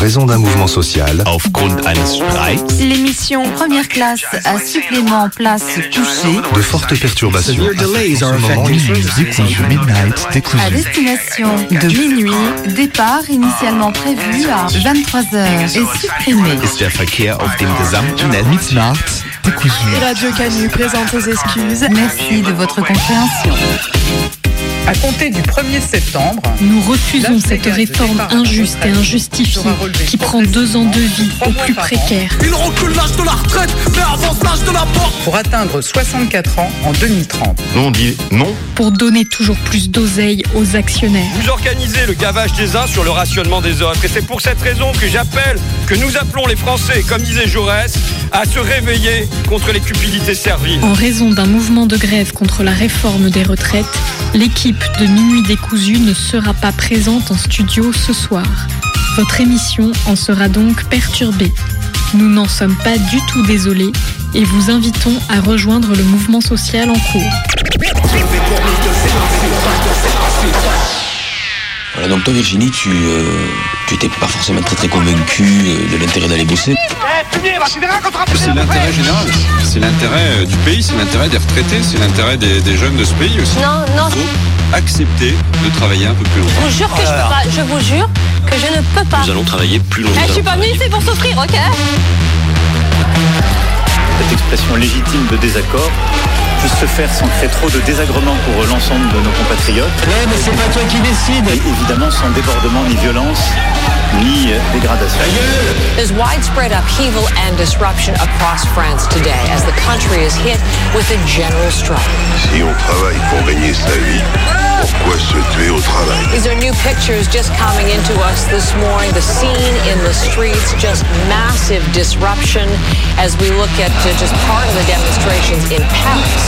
raison d'un mouvement social. Aufgrund eines Streiks. L'émission Première Classe à supplément place touchée. De fortes perturbations. À destination de minuit, départ initialement prévu à 23h et supprimé. Ist der Verkehr auf dem gesamten Netz. Mitnacht, décousu. Radio Canu présente ses excuses. Merci de votre compréhension. À compter du 1er septembre, nous refusons cette réforme injuste et injustifiée qui prend 2 ans de vie aux plus précaires. Il recule l'âge de la retraite, mais avance l'âge de la mort. Pour atteindre 64 ans en 2030. Nous on dit non. Pour donner toujours plus d'oseille aux actionnaires. Vous organisez le gavage des uns sur le rationnement des autres. Et c'est pour cette raison que nous appelons les Français, comme disait Jaurès, à se réveiller contre les cupidités serviles. En raison d'un mouvement de grève contre la réforme des retraites, l'équipe de Minuit décousu ne sera pas présente en studio ce soir. Votre émission en sera donc perturbée. Nous n'en sommes pas du tout désolés et vous invitons à rejoindre le mouvement social en cours. Voilà, donc toi Virginie, tu étais pas forcément très convaincue de l'intérêt d'aller bosser. C'est l'intérêt général, c'est l'intérêt du pays, c'est l'intérêt des retraités, c'est l'intérêt des jeunes de ce pays aussi. Non. Il faut accepter de travailler un peu plus longtemps. Je vous jure que je peux pas, je vous jure que je ne peux pas. Nous allons travailler plus longtemps. Je suis pas venue ici pour souffrir, ok ? Cette expression légitime de désaccord puisse se faire sans créer trop de désagréments pour l'ensemble de nos compatriotes. Ouais, mais c'est pas toi qui décide. Et évidemment sans débordement ni violence, ni dégradation. There's widespread upheaval and disruption across France today as the country is hit with a general strike. Si on travaille pour gagner sa vie, pourquoi se tuer au travail? These are new pictures just coming into us this morning. The scene in the streets, just massive disruption as we look at just part of the demonstrations in Paris.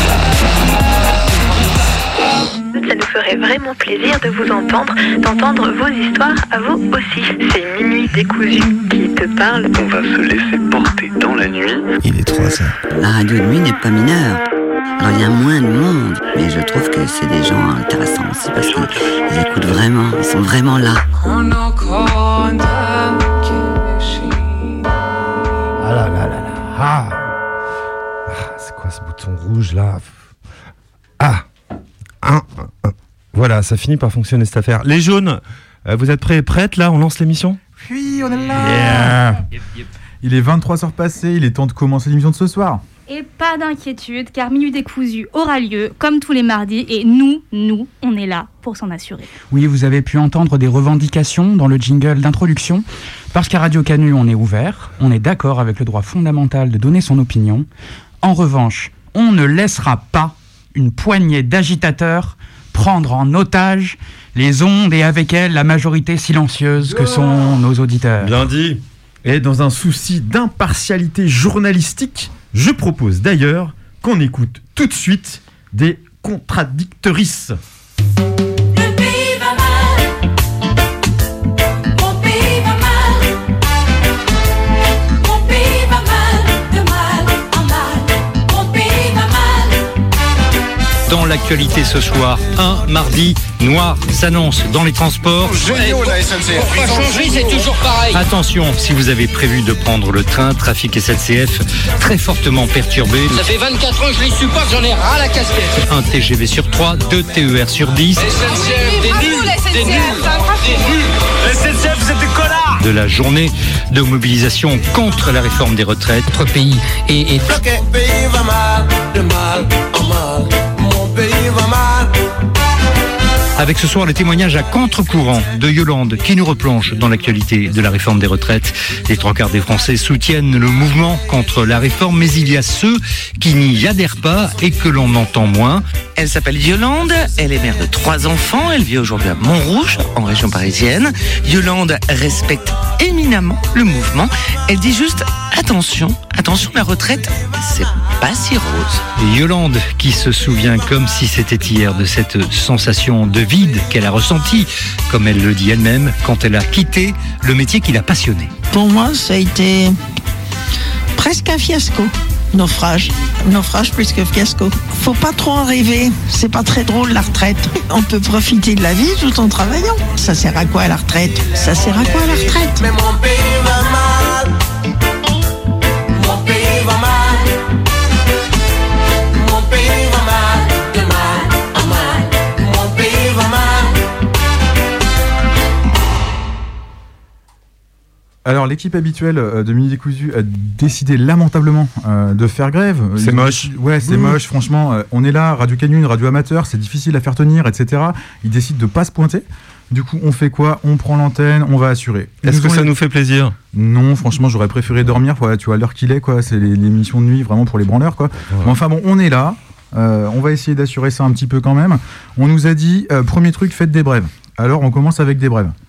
Ça nous ferait vraiment plaisir de vous entendre, d'entendre vos histoires à vous aussi. C'est Minuit décousu qui te parle. On va se laisser porter dans la nuit. Il est 3h. La radio de nuit n'est pas mineure. Alors il y a moins de monde, mais je trouve que c'est des gens intéressants aussi parce qu'ils écoutent vraiment, ils sont vraiment là. Ah là là là là. Ah, c'est quoi ce bouton rouge là? Ah, voilà, ça finit par fonctionner cette affaire. Les jaunes, vous êtes prêtes là? On lance l'émission? Oui, on est là. Yep. Il est 23h passé, il est temps de commencer l'émission de ce soir. Et pas d'inquiétude, car Minuit décousu aura lieu, comme tous les mardis, et nous, on est là pour s'en assurer. Oui, vous avez pu entendre des revendications dans le jingle d'introduction, parce qu'à Radio Canu, on est ouvert, on est d'accord avec le droit fondamental de donner son opinion. En revanche, on ne laissera pas une poignée d'agitateurs prendre en otage les ondes et avec elles la majorité silencieuse que sont nos auditeurs. Bien dit. Et dans un souci d'impartialité journalistique, je propose d'ailleurs qu'on écoute tout de suite des contradictrices. Dans l'actualité ce soir, un mardi noir s'annonce dans les transports. Génial la SNCF. Pour pas changer, c'est toujours pareil. Attention, si vous avez prévu de prendre le train, trafic SNCF très fortement perturbé. Ça fait 24 ans que je les supporte, j'en ai ras la casquette. Un TGV sur 3, 2 TER sur 10. SNCF, des nuls. La SNCF, vous êtes des connards. De la journée de mobilisation contre la réforme des retraites. Notre pays est bloqué. Le pays va mal, de mal en mal. Mon pays va mal. Avec ce soir le témoignage à contre-courant de Yolande qui nous replonge dans l'actualité de la réforme des retraites. Les 3/4 des Français soutiennent le mouvement contre la réforme, mais il y a ceux qui n'y adhèrent pas et que l'on entend moins. Elle s'appelle Yolande, elle est mère de 3 enfants, elle vit aujourd'hui à Montrouge, en région parisienne. Yolande respecte éminemment le mouvement. Elle dit juste attention, la retraite, c'est pas si rose. Et Yolande qui se souvient comme si c'était hier de cette sensation de vide qu'elle a ressentie, comme elle le dit elle-même, quand elle a quitté le métier qui l'a passionnée. Pour moi, ça a été presque un fiasco. Naufrage plus que fiasco. Faut pas trop en rêver, c'est pas très drôle la retraite. On peut profiter de la vie tout en travaillant. Ça sert à quoi la retraite? Ça sert à quoi la retraite? Mais mon pays va mal. Mon pays va mal. Mon pays va mal. De mal à mal. Mon pays va mal. Alors, l'équipe habituelle de Minuit Décousu a décidé lamentablement de faire grève. C'est moche. Ouais, c'est moche, franchement. On est là, Radio Canu, une radio amateur, c'est difficile à faire tenir, etc. Ils décident de pas se pointer. Du coup, on fait quoi? On prend l'antenne, on va assurer. Est-ce que ça nous fait plaisir? Non, franchement, j'aurais préféré dormir. Tu vois, l'heure qu'il est, quoi. C'est l'émission de nuit, vraiment pour les branleurs, quoi. Ouais. Mais enfin bon, on est là. On va essayer d'assurer ça un petit peu quand même. On nous a dit, premier truc, faites des brèves. Alors, on commence avec des brèves.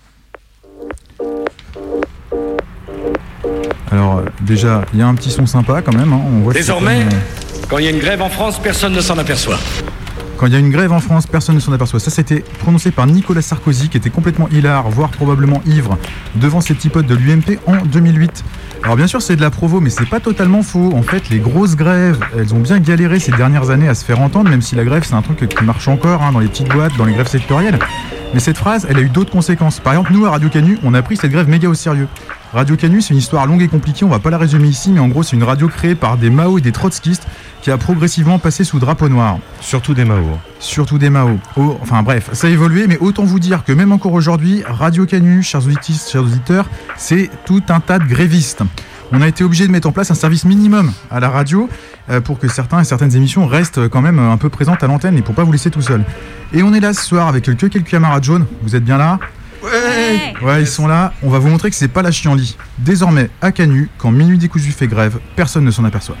Alors déjà, il y a un petit son sympa quand même. Hein. On voit désormais, quand il y a une grève en France, personne ne s'en aperçoit. Quand il y a une grève en France, personne ne s'en aperçoit. Ça, c'était prononcé par Nicolas Sarkozy, qui était complètement hilar, voire probablement ivre, devant ses petits potes de l'UMP en 2008. Alors bien sûr, c'est de la provo, mais c'est pas totalement faux. En fait, les grosses grèves, elles ont bien galéré ces dernières années à se faire entendre, même si la grève, c'est un truc qui marche encore dans les petites boîtes, dans les grèves sectorielles. Mais cette phrase, elle a eu d'autres conséquences. Par exemple, nous, à Radio Canu, on a pris cette grève méga au sérieux. Radio Canu, c'est une histoire longue et compliquée, on va pas la résumer ici, mais en gros, c'est une radio créée par des Mao et des trotskistes qui a progressivement passé sous drapeau noir. Surtout des Mao. Surtout des Mao. Enfin bref, ça a évolué, mais autant vous dire que même encore aujourd'hui, Radio Canu, chers auditeurs, c'est tout un tas de grévistes. On a été obligé de mettre en place un service minimum à la radio pour que certains et certaines émissions restent quand même un peu présentes à l'antenne et pour pas vous laisser tout seul. Et on est là ce soir avec quelques camarades jaunes. Vous êtes bien là ? Ouais, ils sont là. On va vous montrer que c'est pas la chienlit. Désormais, à Canu, quand Minuit Décousu fait grève, personne ne s'en aperçoit.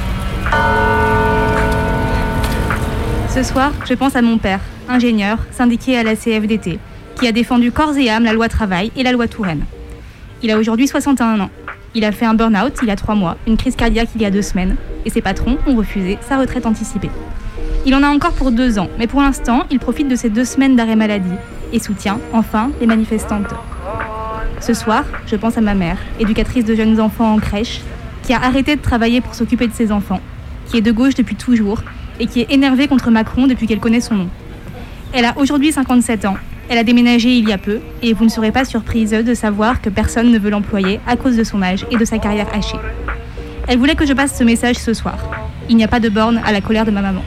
Ce soir, je pense à mon père, ingénieur, syndiqué à la CFDT, qui a défendu corps et âme la loi travail et la loi Touraine. Il a aujourd'hui 61 ans. Il a fait un burn-out il y a 3 mois, une crise cardiaque il y a 2 semaines, et ses patrons ont refusé sa retraite anticipée. Il en a encore pour 2 ans, mais pour l'instant, il profite de ces 2 semaines d'arrêt maladie et soutient, enfin, les manifestantes. Ce soir, je pense à ma mère, éducatrice de jeunes enfants en crèche, qui a arrêté de travailler pour s'occuper de ses enfants, qui est de gauche depuis toujours, et qui est énervée contre Macron depuis qu'elle connaît son nom. Elle a aujourd'hui 57 ans. Elle a déménagé il y a peu, et vous ne serez pas surprise de savoir que personne ne veut l'employer à cause de son âge et de sa carrière hachée. Elle voulait que je passe ce message ce soir. Il n'y a pas de borne à la colère de ma maman.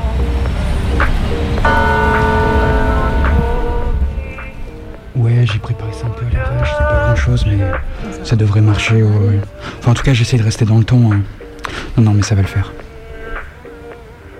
Ouais, j'ai préparé ça un peu à l'arrache, c'est pas grand chose, mais ça devrait marcher. Enfin, en tout cas, j'essaie de rester dans le ton. Non, mais ça va le faire. Hein ?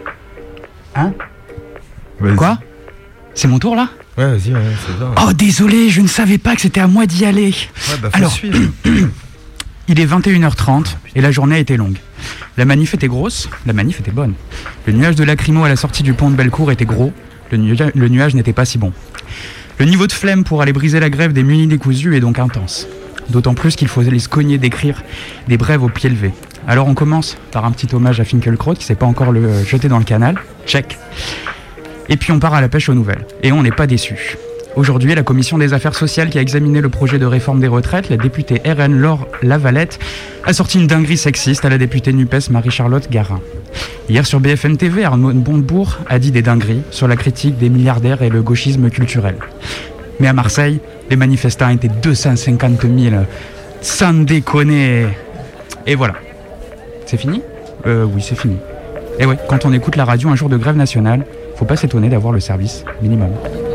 Vas-y. Quoi ? C'est mon tour là ? Ouais, vas-y, c'est ça. Oh, désolé, je ne savais pas que c'était à moi d'y aller. Ouais, bah faut alors, suivre. Il est 21h30 et la journée a été longue. La manif était grosse, la manif était bonne. Le nuage de lacrymo à la sortie du pont de Bellecour était gros, le nuage n'était pas si bon. Le niveau de flemme pour aller briser la grève des Minuit Décousu est donc intense. D'autant plus qu'il faut aller se cogner d'écrire des brèves au pied levé. Alors on commence par un petit hommage à Finkielkraut qui s'est pas encore jeté dans le canal. Check. Et puis on part à la pêche aux nouvelles. Et on n'est pas déçus. Aujourd'hui, la commission des affaires sociales qui a examiné le projet de réforme des retraites, la députée RN Laure Lavalette, a sorti une dinguerie sexiste à la députée NUPES Marie-Charlotte Garin. Hier sur BFM TV, Arnaud Montebourg a dit des dingueries sur la critique des milliardaires et le gauchisme culturel. Mais à Marseille, les manifestants étaient 250 000. Sans déconner. Et voilà. C'est fini ? Oui, c'est fini. Et ouais, quand on écoute la radio un jour de grève nationale, faut pas s'étonner d'avoir le service minimum.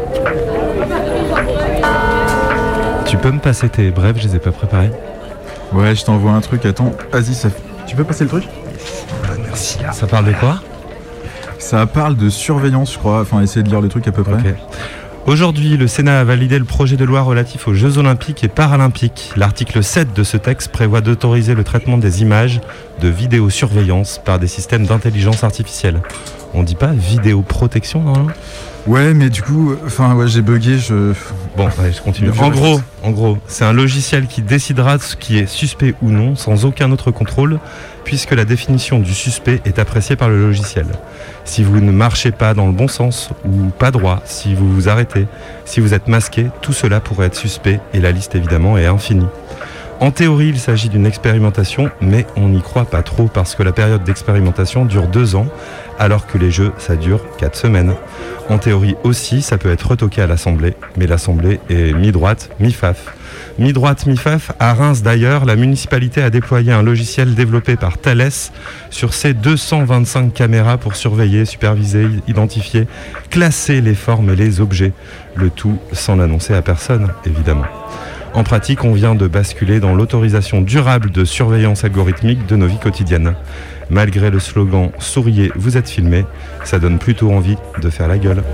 Tu peux me passer tes brèves, je les ai pas préparées. Ouais, je t'envoie un truc, attends. Vas-y, tu peux passer le truc ? Merci. Ça parle de quoi ? Ça parle de surveillance, je crois. Enfin, essayer de lire le truc à peu près. Okay. Aujourd'hui, le Sénat a validé le projet de loi relatif aux Jeux Olympiques et Paralympiques. L'article 7 de ce texte prévoit d'autoriser le traitement des images de vidéosurveillance par des systèmes d'intelligence artificielle. On dit pas vidéoprotection, normalement ? Ouais, mais du coup, j'ai bugué, Bon, allez, je continue. En gros, c'est un logiciel qui décidera de ce qui est suspect ou non, sans aucun autre contrôle, puisque la définition du suspect est appréciée par le logiciel. Si vous ne marchez pas dans le bon sens ou pas droit, si vous vous arrêtez, si vous êtes masqué, tout cela pourrait être suspect, et la liste évidemment est infinie. En théorie, il s'agit d'une expérimentation, mais on n'y croit pas trop parce que la période d'expérimentation dure 2 ans, alors que les jeux, ça dure 4 semaines. En théorie aussi, ça peut être retoqué à l'Assemblée, mais l'Assemblée est mi-droite, mi-faf. Mi-droite, mi-faf, à Reims d'ailleurs, la municipalité a déployé un logiciel développé par Thales sur ses 225 caméras pour surveiller, superviser, identifier, classer les formes et les objets. Le tout sans l'annoncer à personne, évidemment. En pratique, on vient de basculer dans l'autorisation durable de surveillance algorithmique de nos vies quotidiennes. Malgré le slogan « Souriez, vous êtes filmés », ça donne plutôt envie de faire la gueule.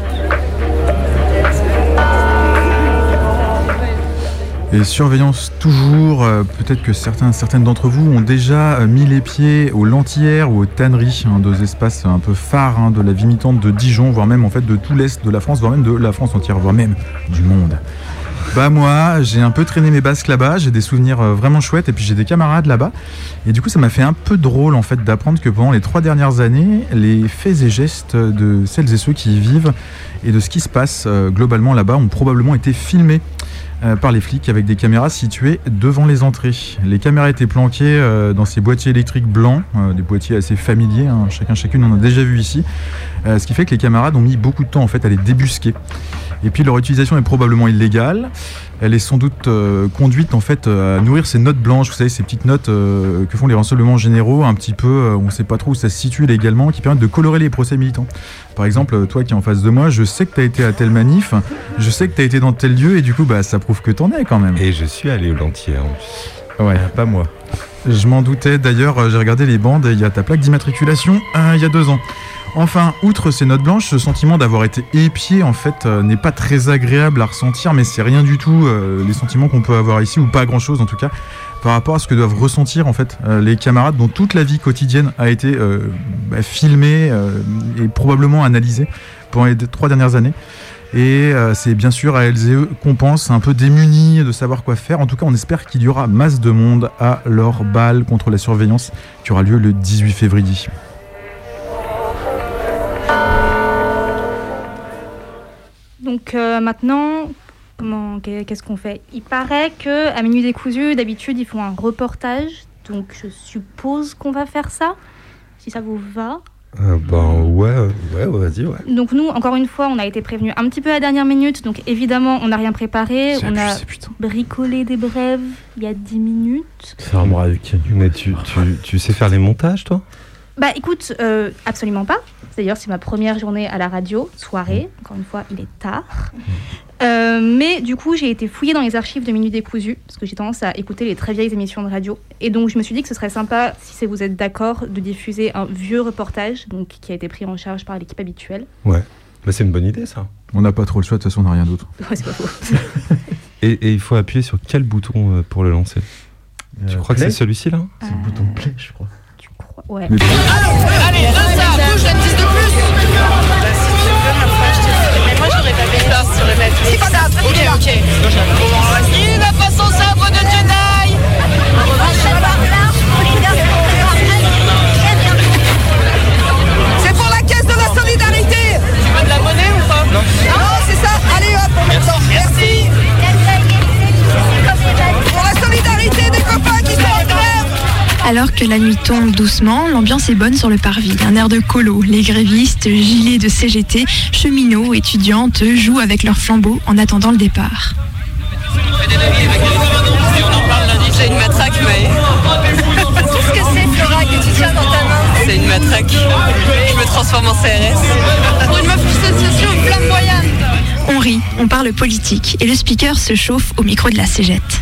Et surveillance toujours, peut-être que certaines d'entre vous ont déjà mis les pieds aux Lentillères ou aux Tanneries, deux espaces un peu phares de la vie mi-temps de Dijon, voire même en fait de tout l'Est de la France, voire même de la France entière, voire même du monde. Bah moi, j'ai un peu traîné mes basques là-bas, j'ai des souvenirs vraiment chouettes et puis j'ai des camarades là-bas. Et du coup, ça m'a fait un peu drôle en fait d'apprendre que pendant les 3 dernières années, les faits et gestes de celles et ceux qui y vivent et de ce qui se passe globalement là-bas ont probablement été filmés par les flics avec des caméras situées devant les entrées. Les caméras étaient planquées dans ces boîtiers électriques blancs, des boîtiers assez familiers, chacune en a déjà vu ici, ce qui fait que les camarades ont mis beaucoup de temps en fait à les débusquer. Et puis leur utilisation est probablement illégale. Elle est sans doute conduite en fait à nourrir ces notes blanches, vous savez, ces petites notes que font les renseignements généraux, un petit peu, on ne sait pas trop où ça se situe légalement, qui permettent de colorer les procès militants. Par exemple, toi qui es en face de moi, je sais que tu as été à telle manif, je sais que tu as été dans tel lieu, et du coup, bah, ça prouve que t'en es quand même. Et je suis allé au Lentillères. Ouais, pas moi. Je m'en doutais, d'ailleurs, j'ai regardé les bandes, et il y a ta plaque d'immatriculation il y a 2 ans. Enfin, outre ces notes blanches, ce sentiment d'avoir été épié, en fait, n'est pas très agréable à ressentir, mais c'est rien du tout les sentiments qu'on peut avoir ici, ou pas grand-chose en tout cas, par rapport à ce que doivent ressentir en fait les camarades dont toute la vie quotidienne a été filmée et probablement analysée pendant les 3 dernières années. Et c'est bien sûr à elles et eux qu'on pense, un peu démunis de savoir quoi faire. En tout cas, on espère qu'il y aura masse de monde à leur bal contre la surveillance qui aura lieu le 18 février. Donc maintenant, qu'est-ce qu'on fait ? Il paraît qu'à Minuit décousu, d'habitude, ils font un reportage. Donc je suppose qu'on va faire ça, si ça vous va. Ouais, vas-y, ouais. Donc nous, encore une fois, on a été prévenus un petit peu à la dernière minute. Donc évidemment, on n'a rien préparé. On a bricolé des brèves il y a 10 minutes. C'est un bras avec Canu. Mais tu sais faire les montages, toi ? Bah écoute, absolument pas. D'ailleurs, c'est ma première journée à la radio, soirée. Encore une fois, il est tard. Mais du coup, j'ai été fouillée dans les archives de Minuit décousu, parce que j'ai tendance à écouter les très vieilles émissions de radio. Et donc, je me suis dit que ce serait sympa, si vous êtes d'accord, de diffuser un vieux reportage donc, qui a été pris en charge par l'équipe habituelle. Ouais, bah, c'est une bonne idée, ça. On n'a pas trop le choix, de toute façon, on n'a rien d'autre. Ouais, c'est pas faux. et il faut appuyer sur quel bouton pour le lancer ? Tu crois que c'est celui-ci, là ? C'est le bouton play, je crois. Ouais. Allez, ça bouge la 10 de plus. Mais moi j'aurais pas payé ça, j'aurais pas payé ça. Ok. Il n'a pas son sabre de Jedi. C'est pour la caisse de la solidarité. Tu veux de la monnaie ou pas ? Non. Non, c'est ça. Allez hop, on met ça. Merci. Pour la solidarité des copains qui sont en grève. Alors que la nuit tombe doucement, l'ambiance est bonne sur le parvis. Un air de colo. Les grévistes, gilets de CGT, cheminots, étudiantes jouent avec leurs flambeaux en attendant le départ. C'est une matraque, mais... Qu'est-ce que c'est, Flora, que tu tiens dans ta main ? C'est une matraque. Je me transforme en CRS. Pour une meuf qui s'associe aux flamboyantes. On rit, on parle politique et le speaker se chauffe au micro de la Cégette.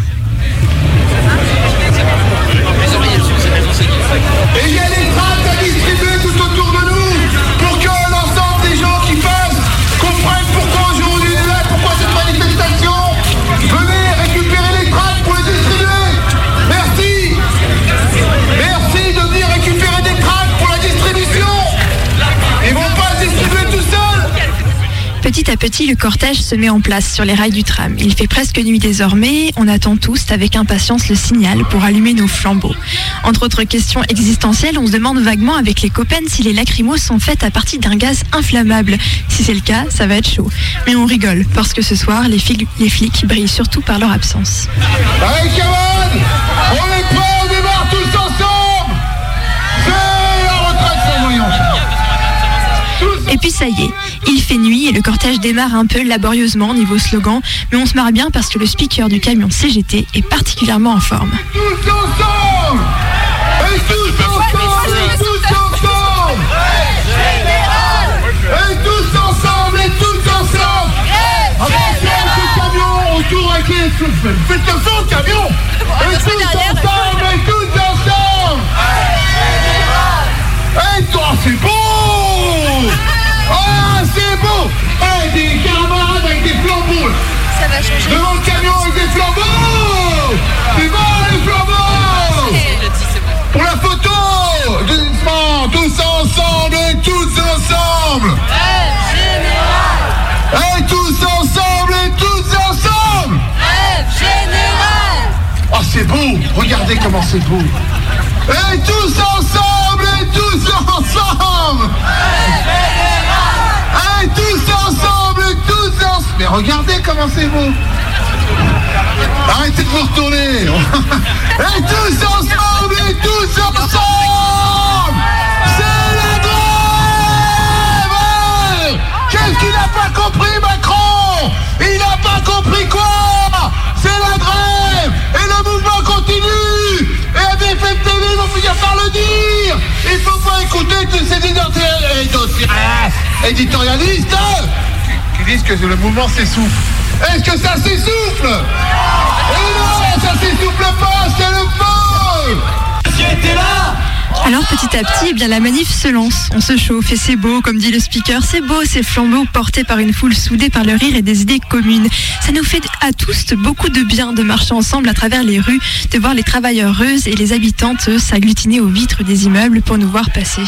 Et il y a des tracts à distribuer tout autour de nous pour que l'ensemble des gens qui passent comprennent pourquoi aujourd'hui on est là, pourquoi cette manifestation. Venez récupérer les tracts pour les distribuer. Merci. Merci de venir récupérer des tracts pour la distribution. Ils vont pas se distribuer tout seuls. Petit à petit, le cortège se met en place sur les rails du tram. Il fait presque nuit désormais. On attend tous avec impatience le signal pour allumer nos flambeaux. Entre autres questions existentielles, on se demande vaguement avec les copains si les lacrymos sont faites à partir d'un gaz inflammable. Si c'est le cas, ça va être chaud. Mais on rigole parce que ce soir, les flics brillent surtout par leur absence. Allez, camarades, on est prêts, on démarre tous ensemble. C'est la retraite flamboyante. Et puis ça y est, il fait nuit et le cortège démarre un peu laborieusement niveau slogan, mais on se marre bien parce que le speaker du camion CGT est particulièrement en forme. Tous ensemble. Et tous ensemble, et tous ensemble. Et tous ensemble, et tous ensemble. Avec le camion autour avec les... Faites le son, camion. Et tous ensemble, et tous ensemble. Et toi, c'est beau. Ah, c'est beau. Et des camarades avec des flambeaux. Ça va changer. Devant le camion avec des flambeaux. C'est bon, les flambeaux. Pour la photo. Doucement, tous ensemble et tous ensemble. Et tous ensemble et tous ensemble. Ah, c'est beau. Regardez comment c'est beau. Et tous ensemble et tous ensemble. Et tous ensemble et tous ensemble. Mais regardez comment c'est beau. Arrêtez de vous retourner. Et tous ensemble et tous ensemble. C'est la grève. Qu'est-ce qu'il n'a pas compris, Macron? Il n'a pas compris quoi? C'est la grève. Et le mouvement continue. Et BFM TV vont finir par le dire. Il faut pas écouter tous ces éditorialistes qui disent que le mouvement s'essouffle. Est-ce que ça s'essouffle? Et non, ça s'essouffle pas, c'est le feu. C'était là. Alors petit à petit, eh bien, la manif se lance, on se chauffe et c'est beau, comme dit le speaker, c'est beau ces flambeaux portés par une foule soudée par le rire et des idées communes. Ça nous fait à tous beaucoup de bien de marcher ensemble à travers les rues, de voir les travailleuses et les habitantes s'agglutiner aux vitres des immeubles pour nous voir passer.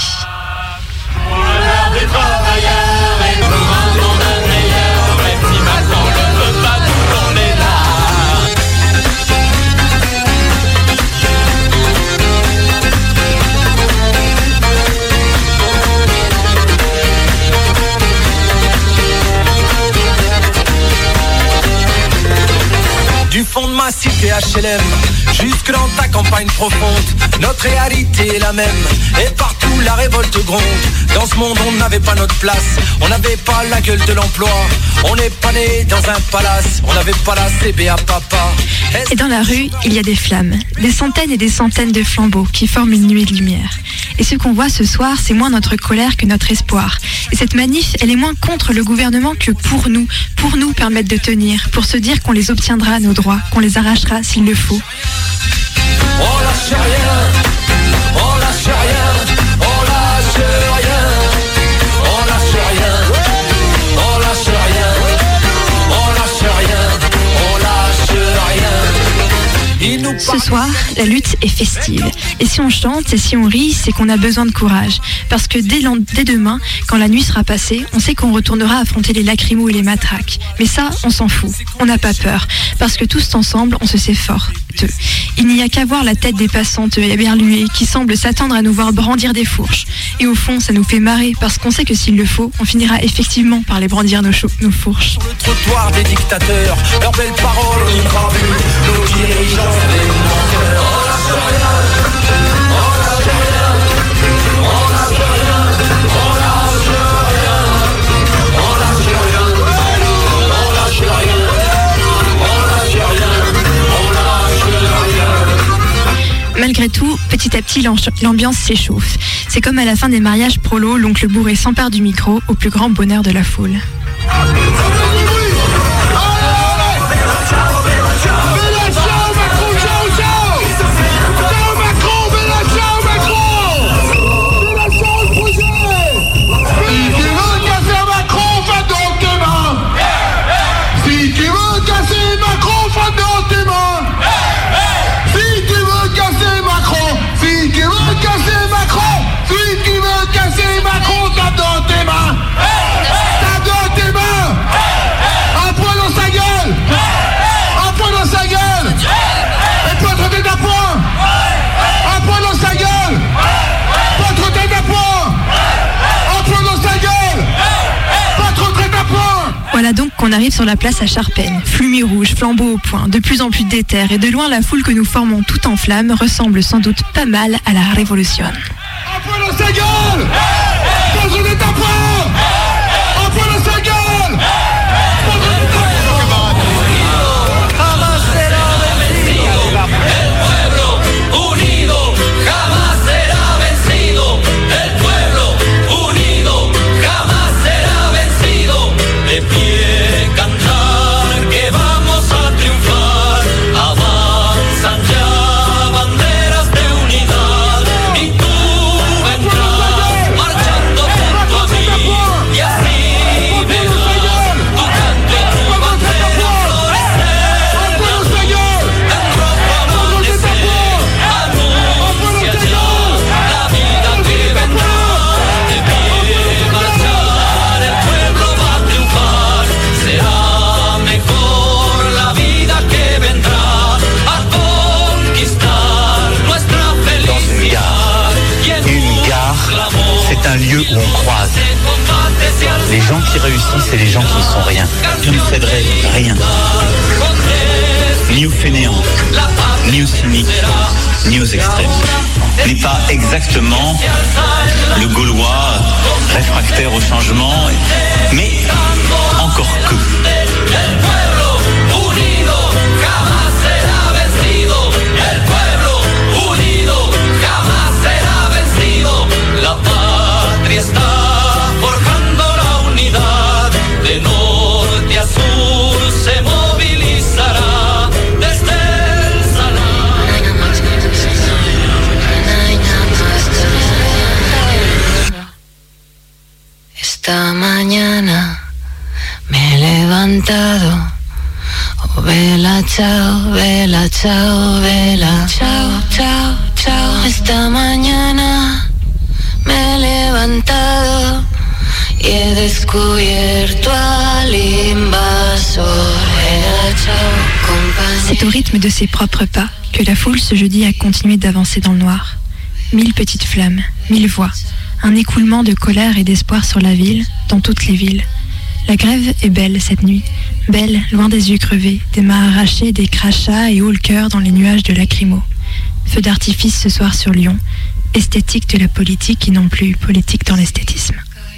Du fond de ma cité HLM, jusque dans ta campagne profonde, notre réalité est la même, et partout la révolte gronde. Dans ce monde on n'avait pas notre place, on n'avait pas la gueule de l'emploi, on n'est pas né dans un palace, on n'avait pas la CBA papa. Et dans la rue, il y a des flammes, des centaines et des centaines de flambeaux qui forment une nuée de lumière. Et ce qu'on voit ce soir, c'est moins notre colère que notre espoir. Et cette manif, elle est moins contre le gouvernement que pour nous permettre de tenir, pour se dire qu'on les obtiendra nos droits, qu'on les arrachera s'il le faut. On lâche rien, on lâche rien, on lâche rien, on lâche rien, on lâche rien, on lâche rien, on lâche rien. Ce soir, la lutte est festive. Et si on chante et si on rit, c'est qu'on a besoin de courage. Parce que dès demain, quand la nuit sera passée, on sait qu'on retournera affronter les lacrymos et les matraques. Mais ça, on s'en fout. On n'a pas peur. Parce que tous ensemble, on se sait forts. Il n'y a qu'à voir la tête des passantes éberluées qui semblent s'attendre à nous voir brandir des fourches. Et au fond, ça nous fait marrer parce qu'on sait que s'il le faut, on finira effectivement par les brandir nos fourches. Sur le trottoir des dictateurs, leurs belles paroles ont gravé nos dirigeants des menteurs. On lâche rien, on lâche rien, on lâche rien, on lâche rien, on lâche rien, on lâche rien, on lâche rien. Malgré tout, petit à petit, l'ambiance s'échauffe. C'est comme à la fin des mariages prolos, l'oncle bourré s'empare du micro au plus grand bonheur de la foule. Tape dans tes mains. qu'on arrive sur la place à Charpennes. Flumis rouge, flambeau au poing, de plus en plus déter, et de loin la foule que nous formons tout en flammes ressemble sans doute pas mal à la Révolution. Un peu dans sa gueule. Dans une étape. Un peu dans sa gueule. Un lieu où on croise. Les gens qui réussissent et les gens qui ne sont rien. Je ne céderai rien. Ni aux fainéants, ni aux cyniques, ni aux extrêmes. N'est pas exactement le Gaulois réfractaire au changement, mais encore que. Está forjando la unidad de norte a sur, se movilizará desde el salón. Esta mañana me he levantado. Oh, vela, chao, vela, chao, vela. Chao, chao, chao. Esta mañana me he levantado y he descubierto al invasor. C'est au rythme de ses propres pas que la foule ce jeudi a continué d'avancer dans le noir. 1000 petites flammes, 1000 voix, un écoulement de colère et d'espoir sur la ville, dans toutes les villes. La grève est belle cette nuit, belle loin des yeux crevés, des mains arrachées, des crachats et haut le cœur dans les nuages de lacrymo. Feu d'artifice ce soir sur Lyon. Esthétique de la politique et non plus politique dans l'esthétisme.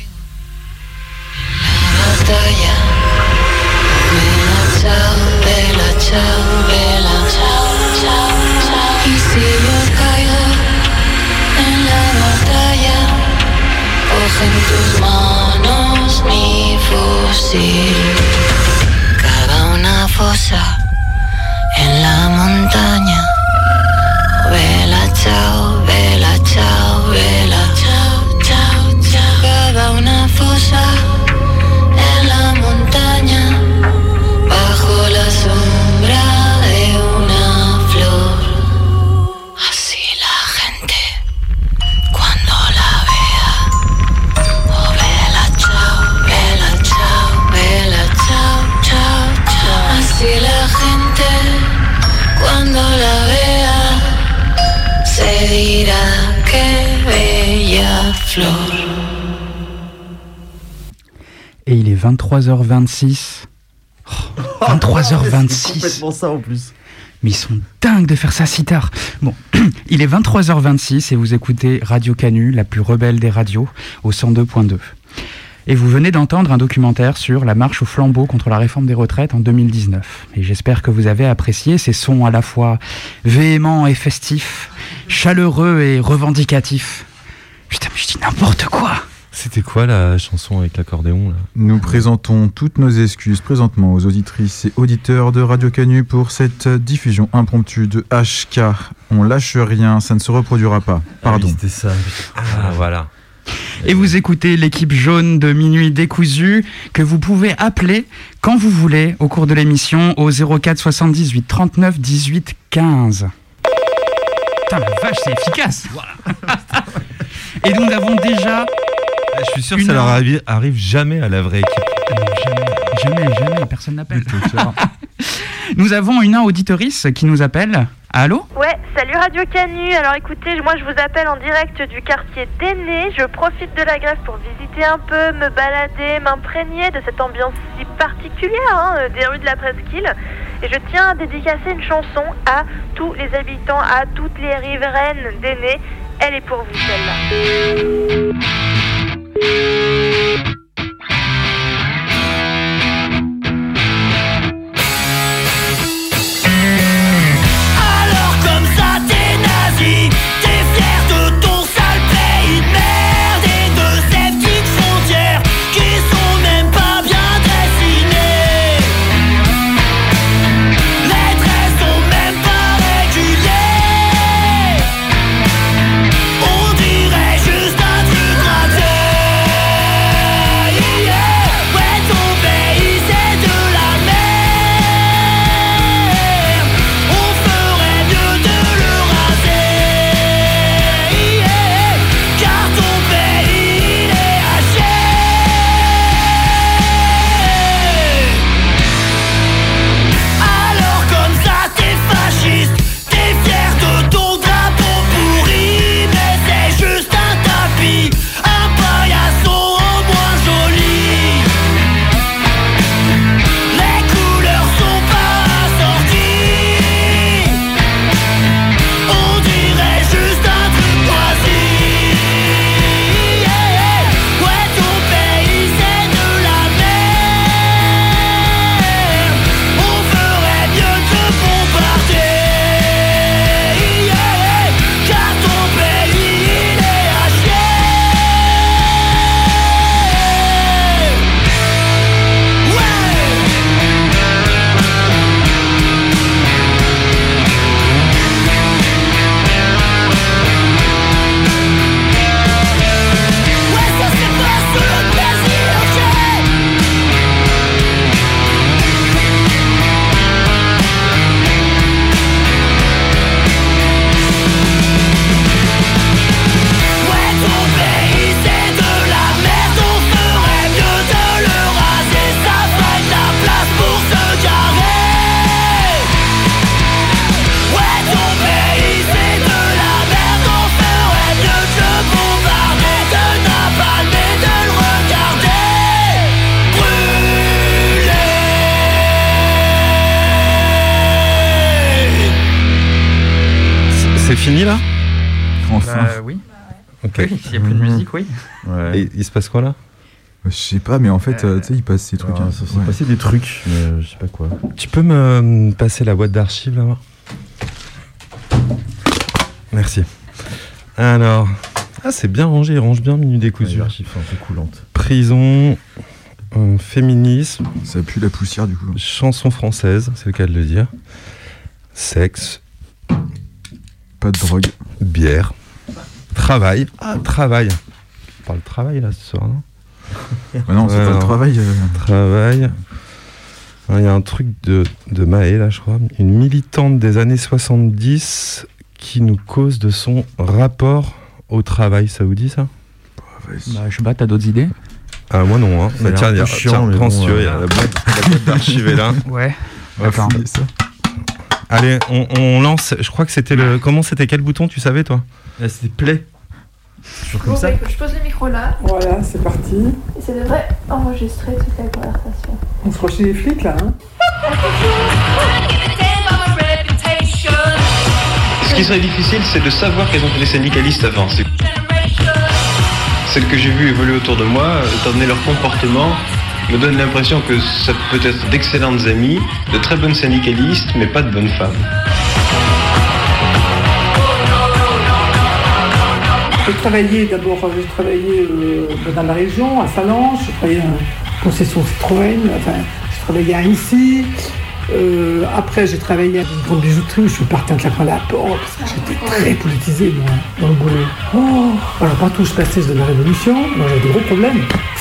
Y si yo caigo en la batalla, coge en tus manos mi fusil. Cava una fosa en la montaña. Vela, chao, vela, chao, vela. Chao, chao, chao. Cava una fosa en la montaña, bajo la sombra de una flor. Así la gente, cuando la vea, oh, vela, chao, vela, chao, vela, chao, chao, chao. Así la gente, cuando la vea, se dirá que bella flor. Et il est 23h26. Oh, 23h26. C'est complètement ça en plus. Mais ils sont dingues de faire ça si tard. Bon, il est 23h26 et vous écoutez Radio Canu, la plus rebelle des radios, au 102.2. Et vous venez d'entendre un documentaire sur la marche au flambeau contre la réforme des retraites en 2019. Et j'espère que vous avez apprécié ces sons à la fois véhéments et festifs, chaleureux et revendicatifs. Putain, mais je dis n'importe quoi. C'était quoi la chanson avec l'accordéon là ? Nous présentons toutes nos excuses présentement aux auditrices et auditeurs de Radio Canu pour cette diffusion impromptue de HK. On lâche rien, ça ne se reproduira pas. Pardon. Ah oui, c'était ça. Ah voilà. Et vous écoutez l'équipe jaune de Minuit Décousu que vous pouvez appeler quand vous voulez au cours de l'émission au 04 78 39 18 15. Putain la vache, c'est efficace. Et nous avons déjà... Je suis sûr que ça leur arrive jamais à la vraie équipe. Jamais, personne n'appelle. Nous avons une auditorice qui nous appelle. Allô ? Ouais, salut. Salut Radio Canu. Alors écoutez, moi je vous appelle en direct du quartier d'Aînés. Je profite de la grève pour visiter un peu, me balader, m'imprégner de cette ambiance si particulière des rues de la Presqu'île. Et je tiens à dédicacer une chanson à tous les habitants, à toutes les riveraines d'Aînés. Elle est pour vous celle-là. C'est fini là ? Enfin. Oui. Ok. Oui, s'il n'y a plus de musique, oui. Ouais. Et il se passe quoi là ? Je sais pas, mais en fait, tu sais, il passe ces trucs. Alors, ça s'est passé des trucs, mais je sais pas quoi. Tu peux me passer la boîte d'archives là-bas ? Merci. Alors, c'est bien rangé, il range bien Minute Décousue. Les archives sont un peu coulantes. Prison, féminisme. Ça pue la poussière du coup. Chanson française, c'est le cas de le dire. Sexe. Pas de drogue. Bière. Travail. Travail. On parle de travail là ce soir, non ? Bah non, c'est pas le travail. Travail. Il y a un truc de Maë là, je crois. Une militante des années 70 qui nous cause de son rapport au travail. Ça vous dit ça ? Je sais pas, t'as d'autres idées ? Ah, moi non. Hein. Bah, tiens, prends si tu veux, il y a la boîte d'archives est là. Ouais. On va fouiller ça. Allez, on lance. Je crois que c'était le. Comment c'était quel bouton, tu savais toi ? Là, c'était play. Toujours comme Bon, ça. je pose le micro là. Voilà, c'est parti. Et ça devrait enregistrer toute la conversation. On se croit chez les flics là, hein. Ce qui serait difficile, c'est de savoir quels ont été les syndicalistes avant. Celles que j'ai vues évoluer autour de moi, étant donné leur comportement, me donne l'impression que ça peut être d'excellentes amies, de très bonnes syndicalistes, mais pas de bonnes femmes. J'ai travaillé dans la région, à Salange, j'ai travaillé en concession Citroën, enfin, j'ai travaillé à Incy. Après, j'ai travaillé à une grande bijouterie où je suis partie en claquant la porte parce que j'étais très politisée, moi, dans le boulot. Oh, alors, partout où je passais, je de la révolution, moi j'avais des gros problèmes.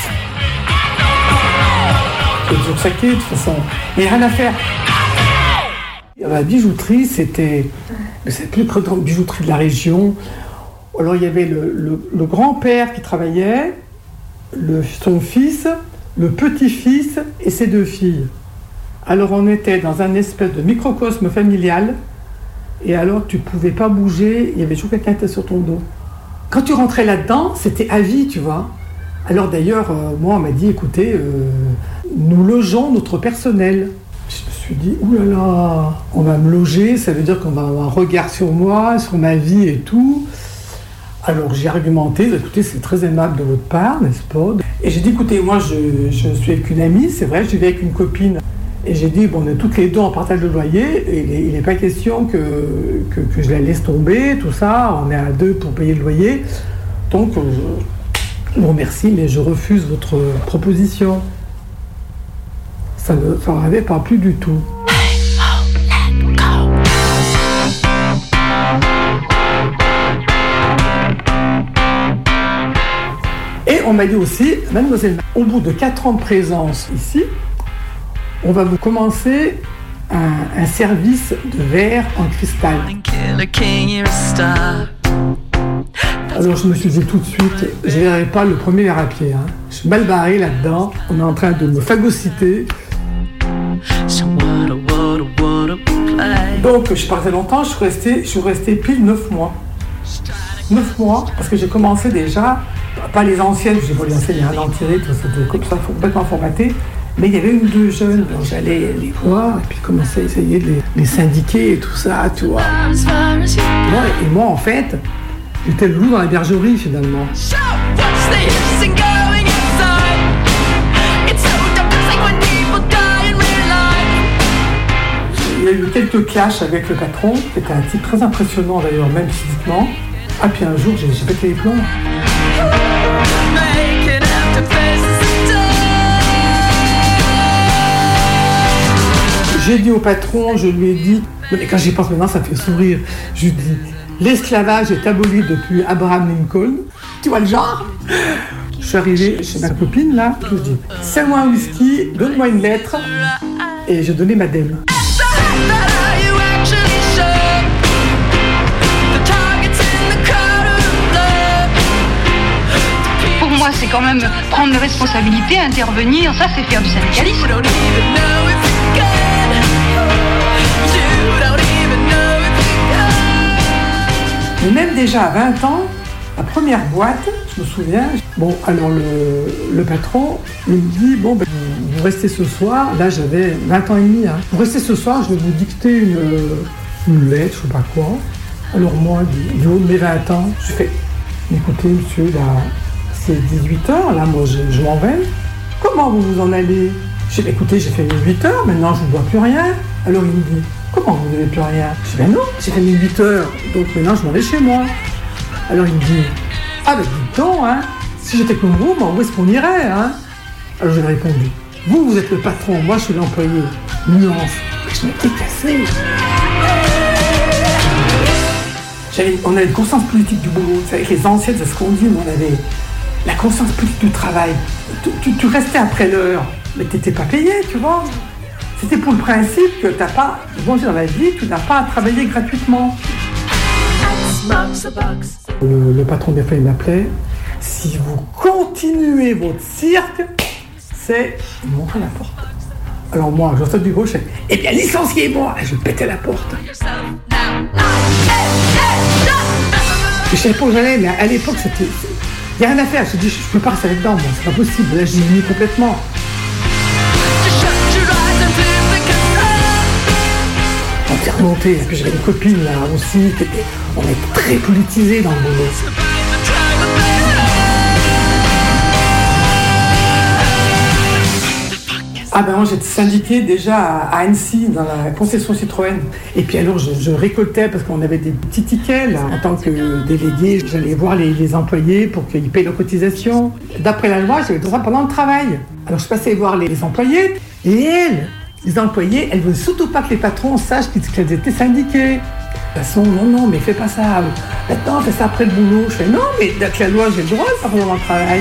J'étais toujours saqué, de toute façon. Mais rien à faire. La bijouterie, c'était la plus grande bijouterie de la région. Alors, il y avait le grand-père qui travaillait, son fils, le petit-fils et ses deux filles. Alors on était dans un espèce de microcosme familial Et alors, tu pouvais pas bouger, il y avait toujours quelqu'un qui était sur ton dos. Quand tu rentrais là-dedans, c'était à vie, tu vois. Alors d'ailleurs, moi, on m'a dit, écoutez, nous logeons notre personnel. Je me suis dit, oulala, on va me loger, ça veut dire qu'on va avoir un regard sur moi, sur ma vie et tout. Alors j'ai argumenté, écoutez, c'est très aimable de votre part, n'est-ce pas? Et j'ai dit, écoutez, moi, je suis avec une amie, c'est vrai, je vis avec une copine. Et j'ai dit, bon, on est toutes les deux en partage de loyer, et il n'est pas question que je la laisse tomber, tout ça, on est à deux pour payer le loyer. Donc, je vous remercie, mais je refuse votre proposition. Ça ne m'avait pas plu du tout. Et on m'a dit aussi, mademoiselle, au bout de 4 ans de présence ici, on va vous commencer un service de verre en cristal. Alors je me suis dit tout de suite, je ne verrai pas le premier verre à pied. Hein. Je suis mal barré là-dedans, on est en train de me phagocyter. Donc je partais longtemps, je suis resté pile 9 mois. 9 mois, parce que j'ai commencé déjà, pas les anciennes, j'ai pas les anciennes, il y a un an tiré, tout c'était comme ça, complètement formaté. Mais il y avait une ou deux jeunes, donc j'allais les voir et puis commencer à essayer de les syndiquer et tout ça, tu vois. Et moi, en fait, j'étais le loup dans la bergerie, finalement. Il y a eu quelques clashs avec le patron, qui était un type très impressionnant d'ailleurs, même physiquement. Ah, puis un jour, j'ai pété les plombs. J'ai dit au patron, je lui ai dit, mais quand j'y pense maintenant, ça me fait sourire. Je lui ai dit, l'esclavage est aboli depuis Abraham Lincoln. Tu vois le genre? Je suis arrivé chez ma copine, là, je lui ai dit, sers-moi un whisky, donne-moi une lettre, et j'ai donné ma dème. Pour moi, c'est quand même prendre les responsabilités, intervenir, ça c'est faire du syndicalisme. Mais même déjà à 20 ans, la première boîte, je me souviens, bon, alors le patron, il me dit, bon, ben, vous restez ce soir, là j'avais 20 ans et demi, hein. Vous restez ce soir, je vais vous dicter une lettre, je sais pas quoi. Alors moi, du haut de mes 20 ans, je fais, écoutez monsieur, là, c'est 18h, là, moi je m'en vais. Comment vous vous en allez? Je dis, écoutez, j'ai fait 8 heures, maintenant je ne vois plus rien. Alors il me dit, comment vous n'avez plus rien? Je dis, ben non, j'ai fait 8 heures, donc maintenant je m'en vais chez moi. Alors il me dit, ah ben dis donc, hein, si j'étais comme vous, ben, où est-ce qu'on irait, hein? Alors je lui ai répondu, vous êtes le patron, moi je suis l'employé. Nuance, je m'étais cassé. On avait une conscience politique du boulot, c'est avec les anciennes, c'est ce qu'on dit, mais on avait la conscience politique du travail. Tu restais après l'heure, mais tu n'étais pas payé, tu vois. C'était pour le principe que t'as pas, bon, dans la vie, tu n'as pas à travailler gratuitement. Le patron bien fait, il m'appelait. Si vous continuez votre cirque, c'est montrer la porte. Alors moi, je saute du gauche, eh bien licenciez-moi. Je pétais la porte. Je savais pas où j'allais, mais à l'époque, c'était... Il n'y a rien à faire. Je me dis, je peux pas rester là-dedans, moi. C'est pas possible. Là, j'ai mis complètement. On s'est remonté. Et puis j'avais une copine là aussi. On est très politisés dans le boulot. Ah ben moi j'étais syndiquée déjà à Annecy dans la concession Citroën. Et puis alors je récoltais parce qu'on avait des petits tickets là. En tant que délégué, j'allais voir les employés pour qu'ils payent leurs cotisations. D'après la loi, j'avais le droit pendant le travail. Alors je passais voir les employés et elles, les employés, elles ne veulent surtout pas que les patrons sachent qu'elles étaient syndiquées. De toute façon, non, mais fais pas ça. Maintenant, fais ça après le boulot. Je fais non, mais d'après la loi, j'ai le droit de faire pendant le travail.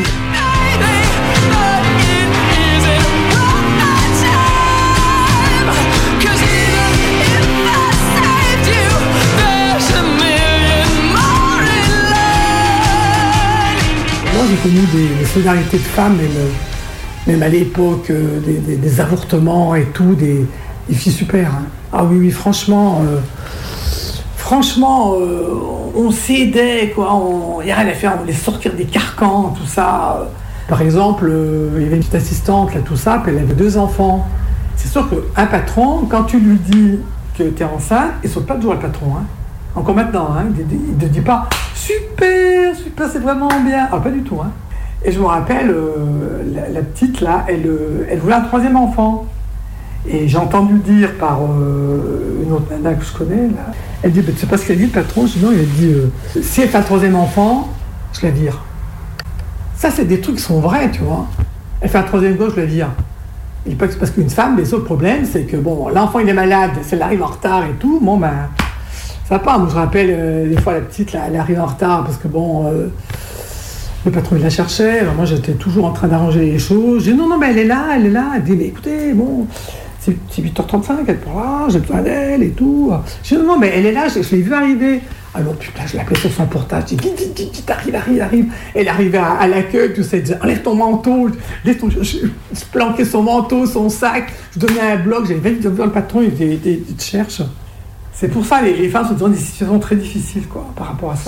Moi, j'ai connu des solidarités de femmes, même à l'époque, des avortements et tout, des filles super. Hein. Ah oui, franchement, franchement, on s'aidait, quoi. Il n'y a rien à faire, on voulait sortir des carcans, tout ça. Par exemple, il y avait une petite assistante, là, tout ça, puis elle avait 2 enfants. C'est sûr qu'un patron, quand tu lui dis que tu es enceinte, il ne saute pas toujours le patron. Hein. Encore maintenant, hein, il ne te dit pas « Super, super, c'est vraiment bien ». Ah, pas du tout. Hein. Et je me rappelle, la petite, là, elle voulait un 3e enfant. Et j'ai entendu dire par une autre nana que je connais, là, elle dit « Tu sais pas ce qu'il a dit, le patron ?» Je dis « Non, il a dit si elle fait un 3e enfant, je la vire. » Ça, c'est des trucs qui sont vrais, tu vois. Elle fait un 3e gosse, je la vire. Et parce qu'une femme, les autres problèmes, c'est que bon, l'enfant il est malade, si elle arrive en retard et tout, bon ben, ça va pas. Moi je rappelle, des fois la petite, là, elle arrive en retard parce que bon, le patron il la cherchait, alors moi j'étais toujours en train d'arranger les choses. Je dis non, mais elle est là. Elle dit mais écoutez, bon, c'est 8h35, elle est pas là, j'ai besoin d'elle et tout. Je dis non, mais elle est là, je l'ai vue arriver. Alors putain, je l'appelais sur son portable, je dis vite, arrive. Elle arrivait à l'accueil, tout ça, elle disait enlève ton manteau, je planquais son manteau, son sac, je donnais un bloc, j'avais vite vu le patron, il te cherche. C'est pour ça, les femmes sont dans des situations très difficiles, quoi, par rapport à ça.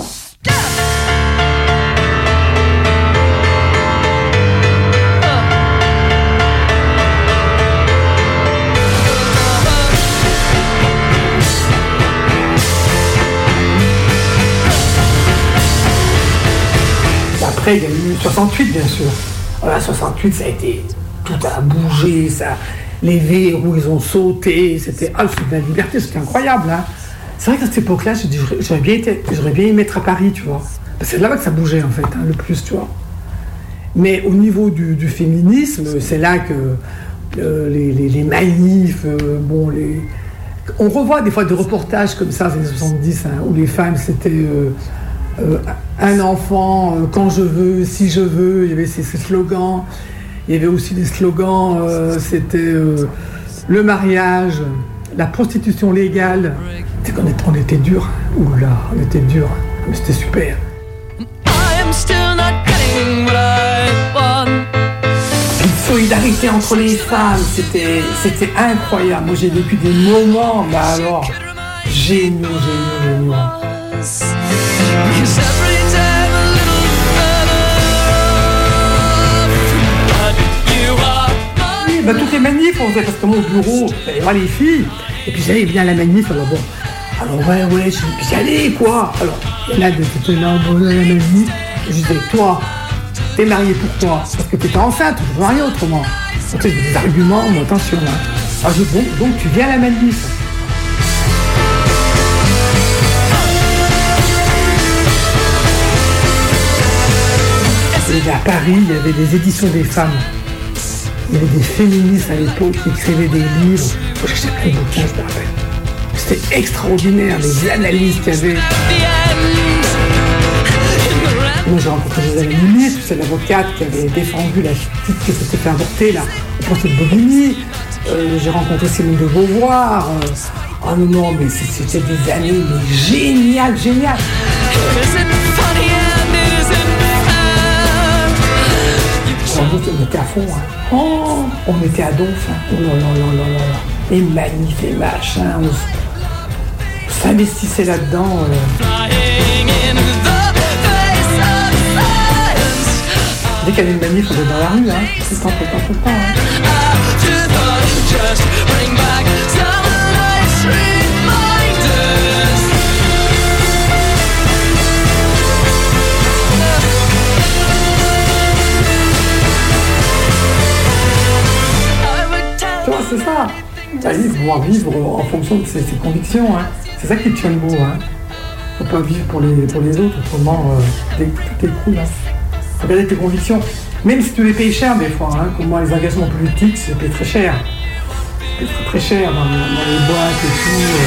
Après, il y a eu 68, bien sûr. Voilà, 68, ça a été... Tout a bougé, ça... Les verrous, ils ont sauté, c'était... Ah, c'est de la liberté, c'était incroyable, hein. C'est vrai qu'à cette époque-là, je dis, j'aurais bien aimé être à Paris, tu vois. C'est là-bas que ça bougeait, en fait, hein, le plus, tu vois. Mais au niveau du féminisme, c'est là que les manifs, bon, on revoit des fois des reportages comme ça, dans les années 70, hein, où les femmes, c'était... un enfant, quand je veux, si je veux, il y avait ces slogans. Il y avait aussi des slogans, c'était le mariage, la prostitution légale. C'est qu'on était dur. Oula, on était dur. Mais c'était super. Une solidarité entre les femmes, c'était incroyable. Moi j'ai vécu des moments, bah alors, géniaux. Oui, bah, toutes les manifs, on faisait parce que moi au bureau, j'allais voir les filles, et puis j'allais bien à la manif, alors bon, ouais, j'y allais quoi. Alors, il y en a qui étaient là, bon, à la manif, et je disais, toi, t'es mariée pourquoi? Parce que t'étais enceinte, tu veux marier autrement. Donc j'ai des arguments, mais attention, hein. Alors je dis, bon, donc tu viens à la manif. Et à Paris, il y avait des éditions des femmes. Il y avait des féministes à l'époque qui écrivaient des livres. Moi, j'achetais plein de bouquins, je me rappelle. C'était extraordinaire, les analyses qu'il y avait. Moi, j'ai rencontré Gisèle Halimi, c'est l'avocate qui avait défendu la petite qui s'était fait avorter, là, au procès de Bobigny. J'ai rencontré Simone de Beauvoir. Oh non, mais c'était des années mais géniales. On était à fond, hein. Oh, on était à donf, hein. Oh là. Les manifs, les machins, on s'investissait là-dedans. Dès qu'il y avait une manif, on était dans la rue, hein. Tout le temps, hein. C'est ça. Il faut pouvoir vivre en fonction de ses convictions. Hein. C'est ça qui tient le beau. Hein. Faut pas vivre pour les autres, autrement tout écroule. Hein. Faut garder tes convictions. Même si tu les payes cher des fois. Hein. Comme moi, les engagements politiques, c'est payé très cher. C'est très cher dans les boîtes et tout.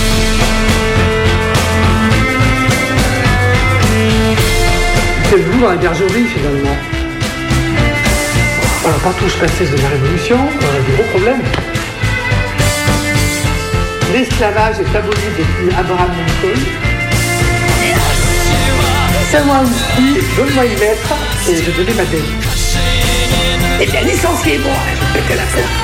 C'est le dans la bergerie finalement. Alors, partout où je passais de la Révolution, on a des gros problèmes. L'esclavage est aboli depuis Abraham Lincoln. Fais-moi un whisky, donne-moi une lettre, et je donnais ma dette. Eh bien, licenciez-moi, je pétais la porte.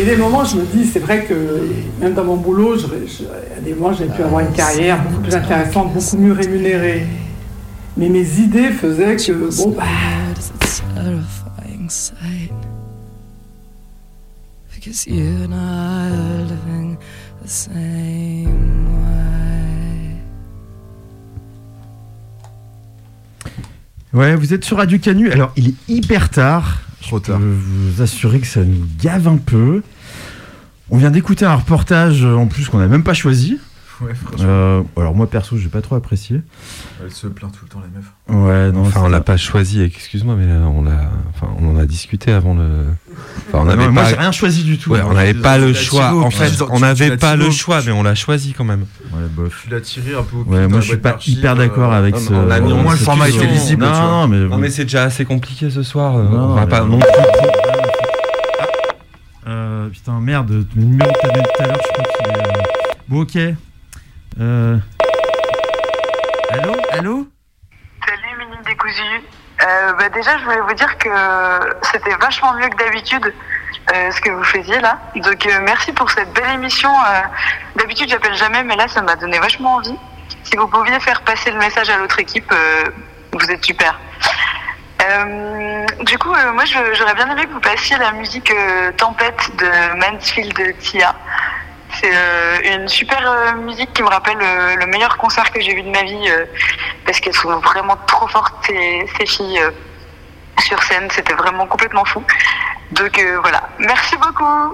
des moments, je me dis, c'est vrai que même dans mon boulot, à des moments, j'aurais pu avoir une carrière beaucoup plus intéressante, beaucoup mieux rémunérée. Mais mes idées faisaient que, bon, bah... Because you and I are living the same way. Ouais, vous êtes sur Radio Canu. Alors, il est hyper tard. Je peux vous assurer que ça nous gave un peu. On vient d'écouter un reportage, en plus, qu'on n'a même pas choisi. Ouais, franchement. Alors, moi, perso, j'ai pas trop apprécié. Elle se plaint tout le temps, la meuf. Ouais, non, enfin, on l'a pas choisi, excuse-moi, mais on en a discuté avant le... Enfin, moi, j'ai rien choisi du tout. Ouais, on n'avait pas le choix. En fait, on n'avait pas le choix, mais on l'a choisi quand même. Ouais, bof. Tu l'as tiré un peu au Ouais, moi, je suis pas hyper d'accord avec ce... On a mis au moins, le format était lisible. Non, mais c'est déjà assez compliqué ce soir. Non, on va pas non plus... Putain, merde, le numéro que t'as donné tout à l'heure, je crois qu'il est... Bon, ok. Allô Salut, Minine Décousue. Déjà, je voulais vous dire que c'était vachement mieux que d'habitude ce que vous faisiez là. Donc, merci pour cette belle émission. D'habitude, j'appelle jamais, mais là, ça m'a donné vachement envie. Si vous pouviez faire passer le message à l'autre équipe, vous êtes super. Du coup, moi, j'aurais bien aimé que vous passiez la musique Tempête de Mansfield Tia. C'est une super musique qui me rappelle le meilleur concert que j'ai vu de ma vie parce qu'elles sont vraiment trop fortes, ces filles sur scène. C'était vraiment complètement fou. Donc voilà, merci beaucoup.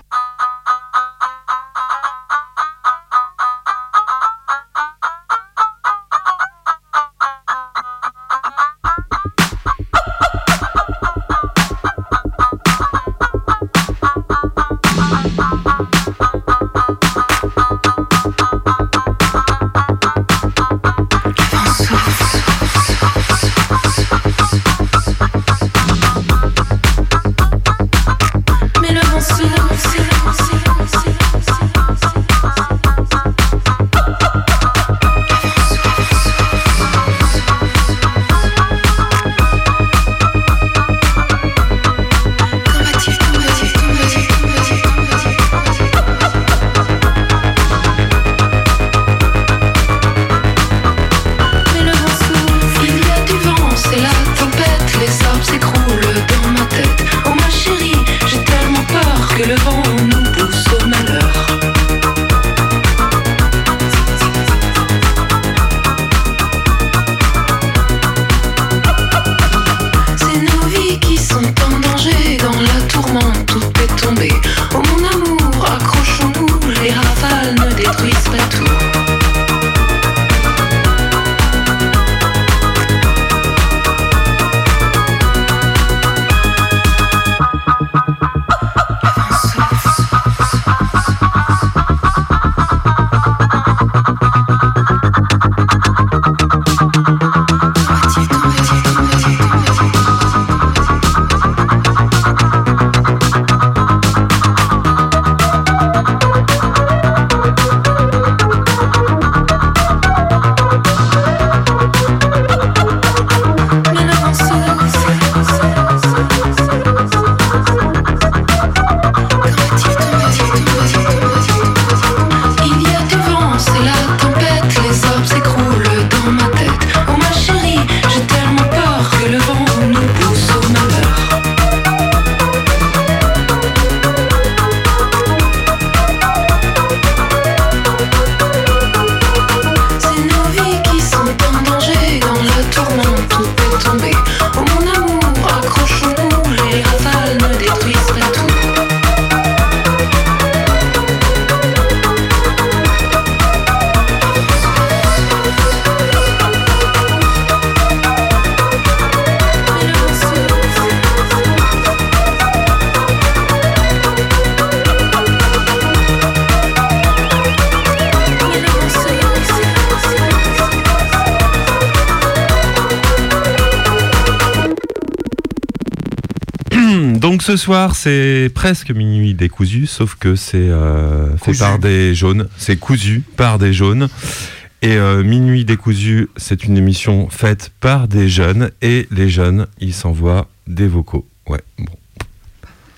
Donc ce soir, c'est presque Minuit décousu, sauf que c'est fait par des jaunes. C'est cousu par des jaunes. Et Minuit décousu, c'est une émission faite par des jeunes. Et les jeunes, ils s'envoient des vocaux. Ouais, bon.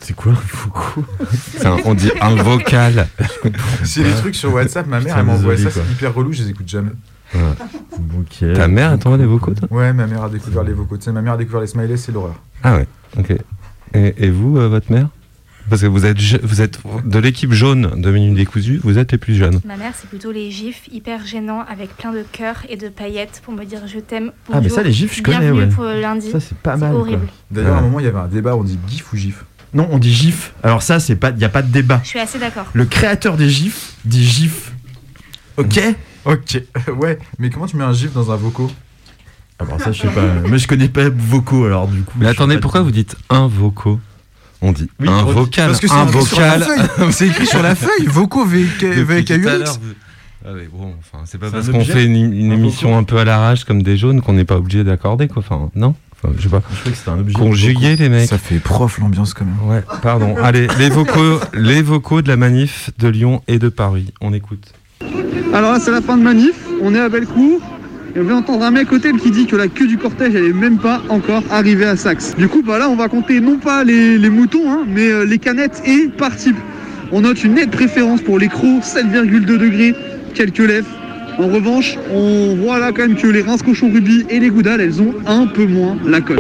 C'est quoi un voco? On dit un vocal. C'est des trucs sur WhatsApp, ma mère elle m'envoie ça, c'est hyper relou, je les écoute jamais. Okay. Ta mère a t'envoyé des vocaux, toi? Ouais, ma mère a découvert les vocaux. Tu sais, ma mère a découvert les smileys, c'est l'horreur. Ah ouais, ok. Et vous, votre mère? Parce que vous êtes de l'équipe jaune de Minute Décousu, vous êtes les plus jeunes. Ma mère, c'est plutôt les gifs hyper gênants avec plein de cœurs et de paillettes pour me dire je t'aime. Ah, mais ça, les gifs, je connais, ouais. Pour lundi. Ça, c'est pas mal. C'est horrible. D'ailleurs, à un moment, il y avait un débat, on dit gif ou gif? Non, on dit gif. Alors, ça, il n'y a pas de débat. Je suis assez d'accord. Le créateur des gifs dit gif. Ok? Ok, ouais. Mais comment tu mets un gif dans un voco? Alors, ça, je sais pas. Mais je connais pas vocaux, alors du coup. Mais attendez, pourquoi vous dites un voco? On dit un vocal. Parce que c'est un écrit vocal. sur la feuille. C'est écrit sur la feuille. Voco VKUX. Ah oui, bon, enfin, c'est pas parce qu'on fait une émission un peu à l'arrache comme des jaunes qu'on n'est pas obligé d'accorder, quoi. Enfin, non. Enfin, je sais pas. Je crois que c'était un objet. Conjuguer, les mecs. Ça fait prof l'ambiance quand même. Ouais, pardon. Allez, les vocaux de la manif de Lyon et de Paris. On écoute. Alors là, c'est la fin de manif. On est à Bellecour. Et on vient entendre un mec au tel qui dit que la queue du cortège elle est même pas encore arrivée à Saxe. Du coup bah là on va compter non pas les moutons hein, mais les canettes et par type. On note une nette préférence pour les crocs, 7,2 degrés, quelques lèvres. En revanche on voit là quand même que les rince cochon rubis et les goudales elles ont un peu moins la cote.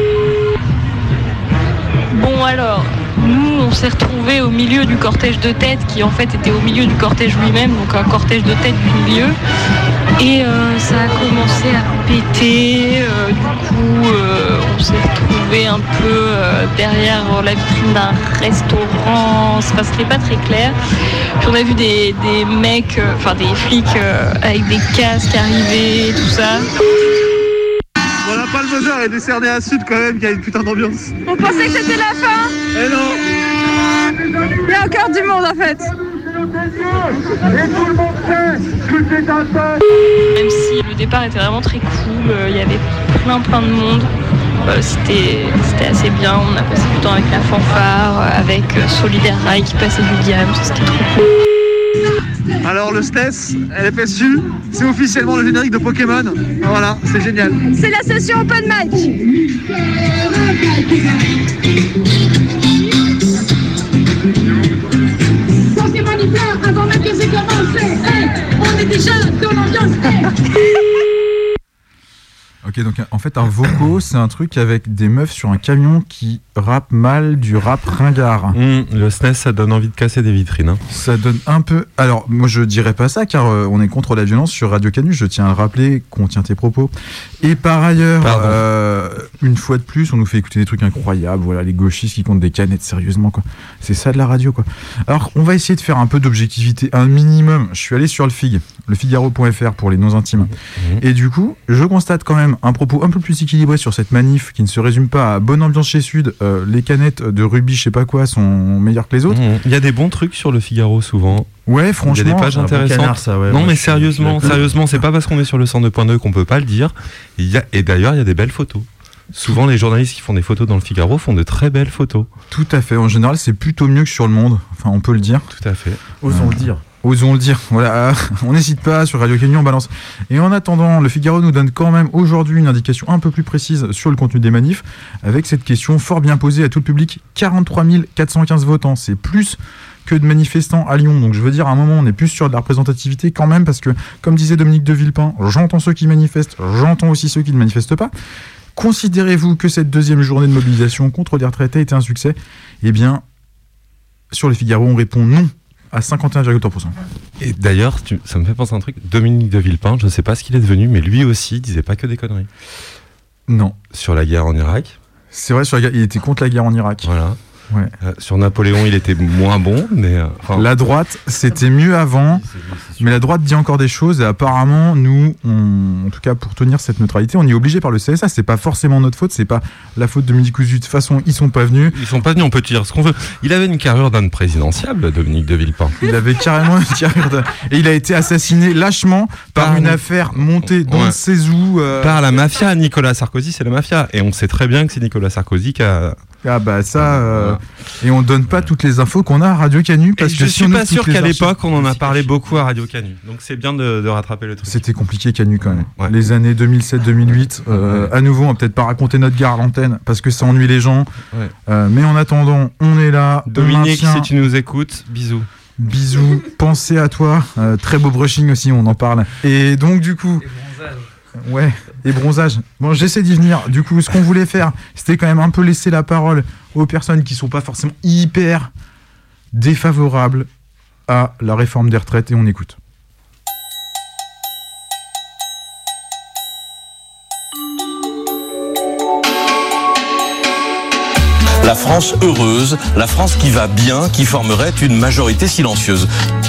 Bon alors, nous on s'est retrouvés au milieu du cortège de tête qui en fait était au milieu du cortège lui-même, donc un cortège de tête du milieu. Et ça a commencé à péter, du coup on s'est retrouvés un peu derrière la vitrine d'un restaurant, c'était pas très clair. Puis on a vu des mecs, enfin des flics avec des casques arriver, tout ça. Voilà, pas le Mozart est décerné à Sud quand même, qui a une putain d'ambiance. On pensait que c'était la fin. Eh non. Il y a encore du monde en fait. Et tout le monde sait que c'est un test. Même si le départ était vraiment très cool, il y avait plein de monde. C'était assez bien, on a passé du temps avec la fanfare, avec Solidaire Rail qui passait du diable, c'était trop cool. Alors le STES, LFSU, c'est officiellement le générique de Pokémon. Voilà, c'est génial. C'est la session Open Mic. Pensez manifère avant même que c'est commencé. Hey, on est déjà dans l'ambiance. Ok, donc en fait un voco c'est un truc avec des meufs sur un camion qui rappent mal du rap ringard. Le SNES ça donne envie de casser des vitrines. Hein. Ça donne un peu... Alors moi je dirais pas ça car on est contre la violence sur Radio Canu, je tiens à le rappeler qu'on tient tes propos. Et par ailleurs, une fois de plus on nous fait écouter des trucs incroyables, voilà les gauchistes qui comptent des canettes sérieusement quoi. C'est ça de la radio quoi. Alors on va essayer de faire un peu d'objectivité, un minimum. Je suis allé sur le FIG, lefigaro.fr pour les non intimes. Et du coup je constate quand même un propos un peu plus équilibré sur cette manif qui ne se résume pas à bonne ambiance chez Sud, les canettes de rubis je sais pas quoi sont meilleures que les autres. Il y a des bons trucs sur le Figaro souvent. Ouais, franchement, il y a des pages intéressantes. Canard, ça, ouais, non mais sérieusement, c'est pas parce qu'on est sur le 102.2 qu'on peut pas le dire. Et d'ailleurs il y a des belles photos. Souvent les journalistes qui font des photos dans le Figaro font de très belles photos. Tout à fait, en général c'est plutôt mieux que sur le Monde, enfin on peut le dire. Tout à fait. Osons le dire. Osons le dire, voilà, on n'hésite pas, sur Radio Canu on balance. Et en attendant, le Figaro nous donne quand même aujourd'hui une indication un peu plus précise sur le contenu des manifs, avec cette question fort bien posée à tout le public, 43 415 votants, c'est plus que de manifestants à Lyon, donc je veux dire à un moment on est plus sur de la représentativité quand même, parce que comme disait Dominique de Villepin, j'entends ceux qui manifestent, j'entends aussi ceux qui ne manifestent pas. Considérez-vous que cette deuxième journée de mobilisation contre les retraités a été un succès? Eh bien, sur le Figaro on répond non à 51,3%. Et d'ailleurs, ça me fait penser à un truc. Dominique de Villepin, je ne sais pas ce qu'il est devenu, mais lui aussi disait pas que des conneries. Non. Sur la guerre en Irak. C'est vrai, il était contre la guerre en Irak. Voilà. Ouais. Sur Napoléon, il était moins bon, mais... La droite, c'était mieux avant, mais la droite dit encore des choses, et apparemment, nous, en tout cas, pour tenir cette neutralité, on est obligé par le CSA, c'est pas forcément notre faute, c'est pas la faute de Midi Cousu, de toute façon, ils sont pas venus. Ils sont pas venus, on peut dire ce qu'on veut. Il avait une carrure d'âne présidentiable, Dominique de Villepin. Il avait carrément une carrure d'âne. Et il a été assassiné lâchement par une affaire montée dans ses ou... Par la mafia, Nicolas Sarkozy, c'est la mafia. Et on sait très bien que c'est Nicolas Sarkozy qui a Ah bah ça, et on donne pas toutes les infos qu'on a à Radio Canu parce que je si suis on pas ouvre sûr toutes les qu'à archives- l'époque on en a parlé beaucoup à Radio Canu. Donc c'est bien de rattraper le truc. C'était compliqué Canu quand même. Les années 2007-2008, à nouveau on va peut-être pas raconter notre gare à l'antenne parce que ça ennuie les gens. Mais en attendant, on est là. Dominique, si tu nous écoutes, bisous. Bisous, pensez à toi. Très beau brushing aussi, on en parle. Et donc du coup... Ouais, et bronzage. Bon, j'essaie d'y venir. Du coup, ce qu'on voulait faire, c'était quand même un peu laisser la parole aux personnes qui sont pas forcément hyper défavorables à la réforme des retraites, et on écoute. La France heureuse, la France qui va bien, qui formerait une majorité silencieuse.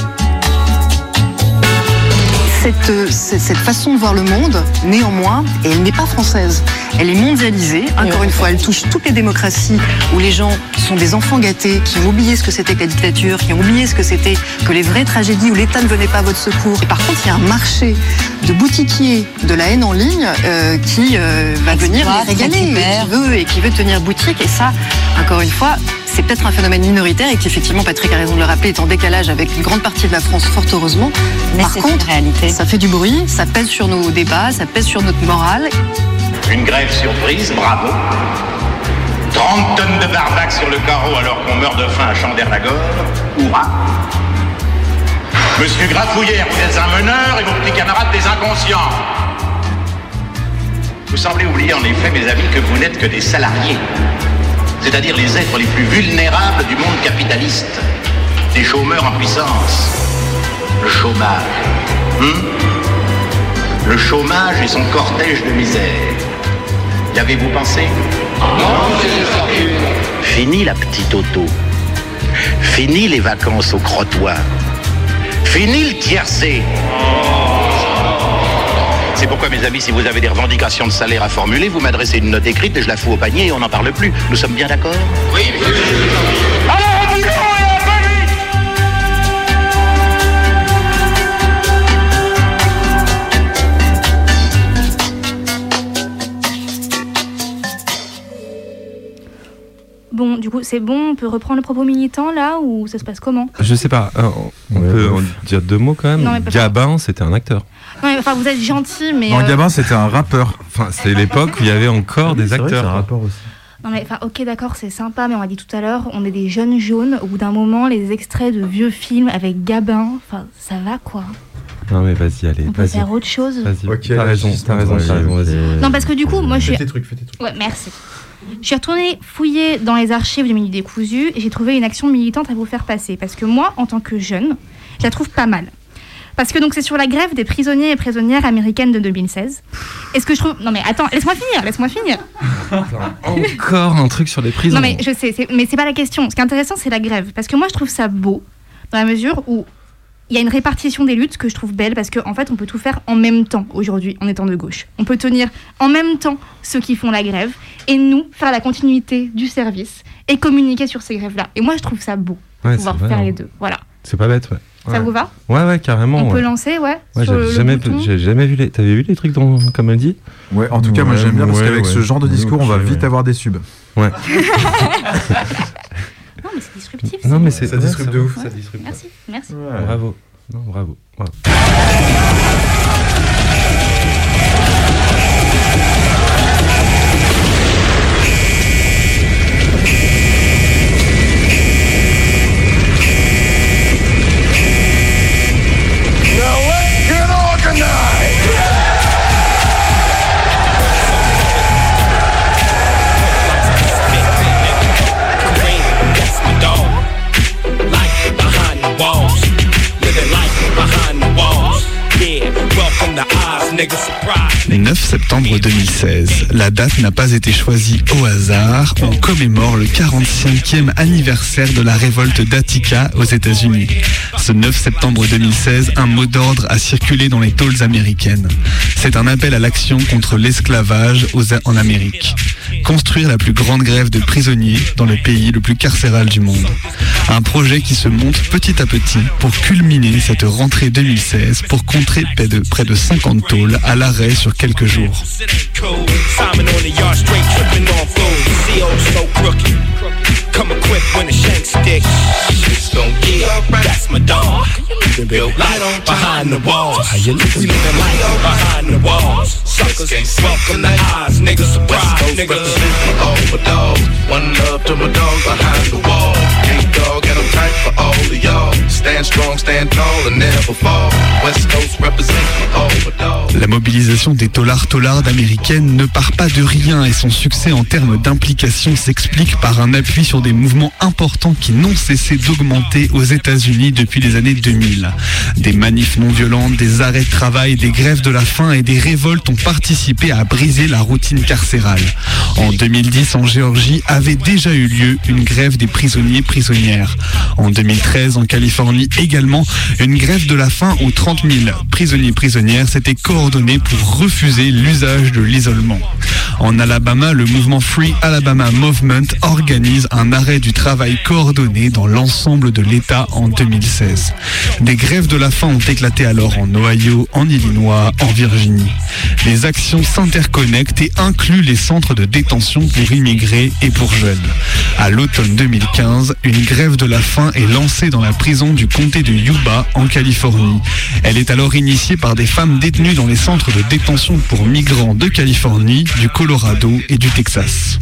Cette façon de voir le monde, néanmoins, elle n'est pas française. Elle est mondialisée. Encore une fois, elle touche toutes les démocraties où les gens sont des enfants gâtés, qui ont oublié ce que c'était que la dictature, qui ont oublié ce que c'était que les vraies tragédies où l'État ne venait pas à votre secours. Et par contre, il y a un marché de boutiquiers de la haine en ligne qui va venir les régaler et qui veut tenir boutique. Et ça, encore une fois, c'est peut-être un phénomène minoritaire et qui, effectivement, Patrick a raison de le rappeler, est en décalage avec une grande partie de la France, fort heureusement. Mais Par c'est contre, une réalité. ça fait du bruit, ça pèse sur nos débats, ça pèse sur notre morale. Une grève surprise, bravo. 30 tonnes de barbac sur le carreau alors qu'on meurt de faim à Chandernagore. Hurrah. Monsieur Grafouillère, vous êtes un meneur et vos petits camarades des inconscients. Vous semblez oublier en effet, mes amis, que vous n'êtes que des salariés. C'est-à-dire les êtres les plus vulnérables du monde capitaliste. Des chômeurs en puissance. Le chômage. Le chômage et son cortège de misère. Y avez-vous pensé? Fini la petite auto. Fini les vacances au crottoir. Fini le tiercé. C'est pourquoi, mes amis, si vous avez des revendications de salaire à formuler, vous m'adressez une note écrite et je la fous au panier et on n'en parle plus. Nous sommes bien d'accord? Oui, alors, au boulot et à Bon, du coup, c'est bon, on peut reprendre le propos militant là ou ça se passe comment? Je sais pas, on peut en dire deux mots quand même. Non, mais pas- Gabin, c'était un acteur. Non, mais, enfin, vous êtes gentil, mais. Non, Gabin, c'était un rappeur. Enfin, c'était l'époque où il y avait encore des acteurs. C'est un rappeur aussi. Non, mais enfin, ok, d'accord, c'est sympa, mais on l'a dit tout à l'heure, on est des jeunes jaunes. Au bout d'un moment, les extraits de vieux films avec Gabin, enfin, ça va quoi. Non mais vas-y, allez, On peut vas-y. faire autre chose. Vas-y, Ok, t'as raison, vas-y. Non, parce que du coup, moi je suis. Fais tes trucs, fais tes trucs. Ouais, merci. Je suis retournée fouiller dans les archives de Minuit décousu et j'ai trouvé une action militante à vous faire passer. Parce que moi, en tant que jeune, je la trouve pas mal. Parce que donc c'est sur la grève des prisonniers et prisonnières américaines de 2016. Et ce que je trouve... Non mais attends, laisse-moi finir. Encore un truc sur les prisons. Non mais je sais, mais c'est pas la question. Ce qui est intéressant, c'est la grève. Parce que moi, je trouve ça beau, dans la mesure où il y a une répartition des luttes que je trouve belle, parce qu'en fait, on peut tout faire en même temps aujourd'hui, en étant de gauche. On peut tenir en même temps ceux qui font la grève, et nous, faire la continuité du service, et communiquer sur ces grèves-là. Et moi, je trouve ça beau, de Ouais, pouvoir c'est vrai, faire hein. les deux. Voilà. C'est pas bête, ouais. Ça vous va? Ouais, carrément. On ouais. peut lancer, ouais, Ouais, sur le bouton. j'ai jamais vu les. T'avais vu les trucs comme elle dit? Ouais, en tout cas, moi j'aime bien parce qu'avec ce genre de discours, on va ok, vite ouais. avoir des subs. Ouais. Non, mais c'est disruptif. Non, mais c'est ça beau. disrupte de ouf. Ouais. Ça disrupte. Merci. Bravo. Non, bravo. Now let's get organized! Le 9 septembre 2016, la date n'a pas été choisie au hasard. On commémore le 45e anniversaire de la révolte d'Attica aux États-Unis. Ce 9 septembre 2016, un mot d'ordre a circulé dans les tôles américaines. C'est un appel à l'action contre l'esclavage en Amérique. Construire la plus grande grève de prisonniers dans le pays le plus carcéral du monde. Un projet qui se monte petit à petit pour culminer cette rentrée 2016 pour contrer près de 50 tôles à l'arrêt sur quelques jours. Simon on the yard straight tripping on flows. CO so crooked. built light behind the walls. We living light behind the walls. Suckers welcome the eyes, niggas surprise, niggas. Overdose. One love to my dog behind the wall. Ain't dog and I'm tight for all of y'all. Stand strong, stand tall and never fall. West Coast represent overdose. La mobilisation des taulards américaines ne part pas de rien et son succès en termes d'implication s'explique par un appui sur des mouvements importants qui n'ont cessé d'augmenter aux États-Unis depuis les années 2000. Des manifs non violentes, des arrêts de travail, des grèves de la faim et des révoltes ont participé à briser la routine carcérale. En 2010, en Géorgie, avait déjà eu lieu une grève des prisonniers-prisonnières. En 2013, en Californie également, une grève de la faim où 30 000 prisonniers-prisonnières s'étaient coordonnés pour refuser l'usage de l'isolement. En Alabama, le mouvement Free Alabama Movement organise un arrêt du travail coordonné dans l'ensemble de l'État en 2016. Des grèves de la faim ont éclaté alors en Ohio, en Illinois, en Virginie. Les actions s'interconnectent et incluent les centres de détention pour immigrés et pour jeunes. À l'automne 2015, une grève de la faim est lancée dans la prison du comté de Yuba en Californie. Elle est alors initiée par des femmes détenues dans les centres de détention pour migrants de Californie, du Colorado et du Texas.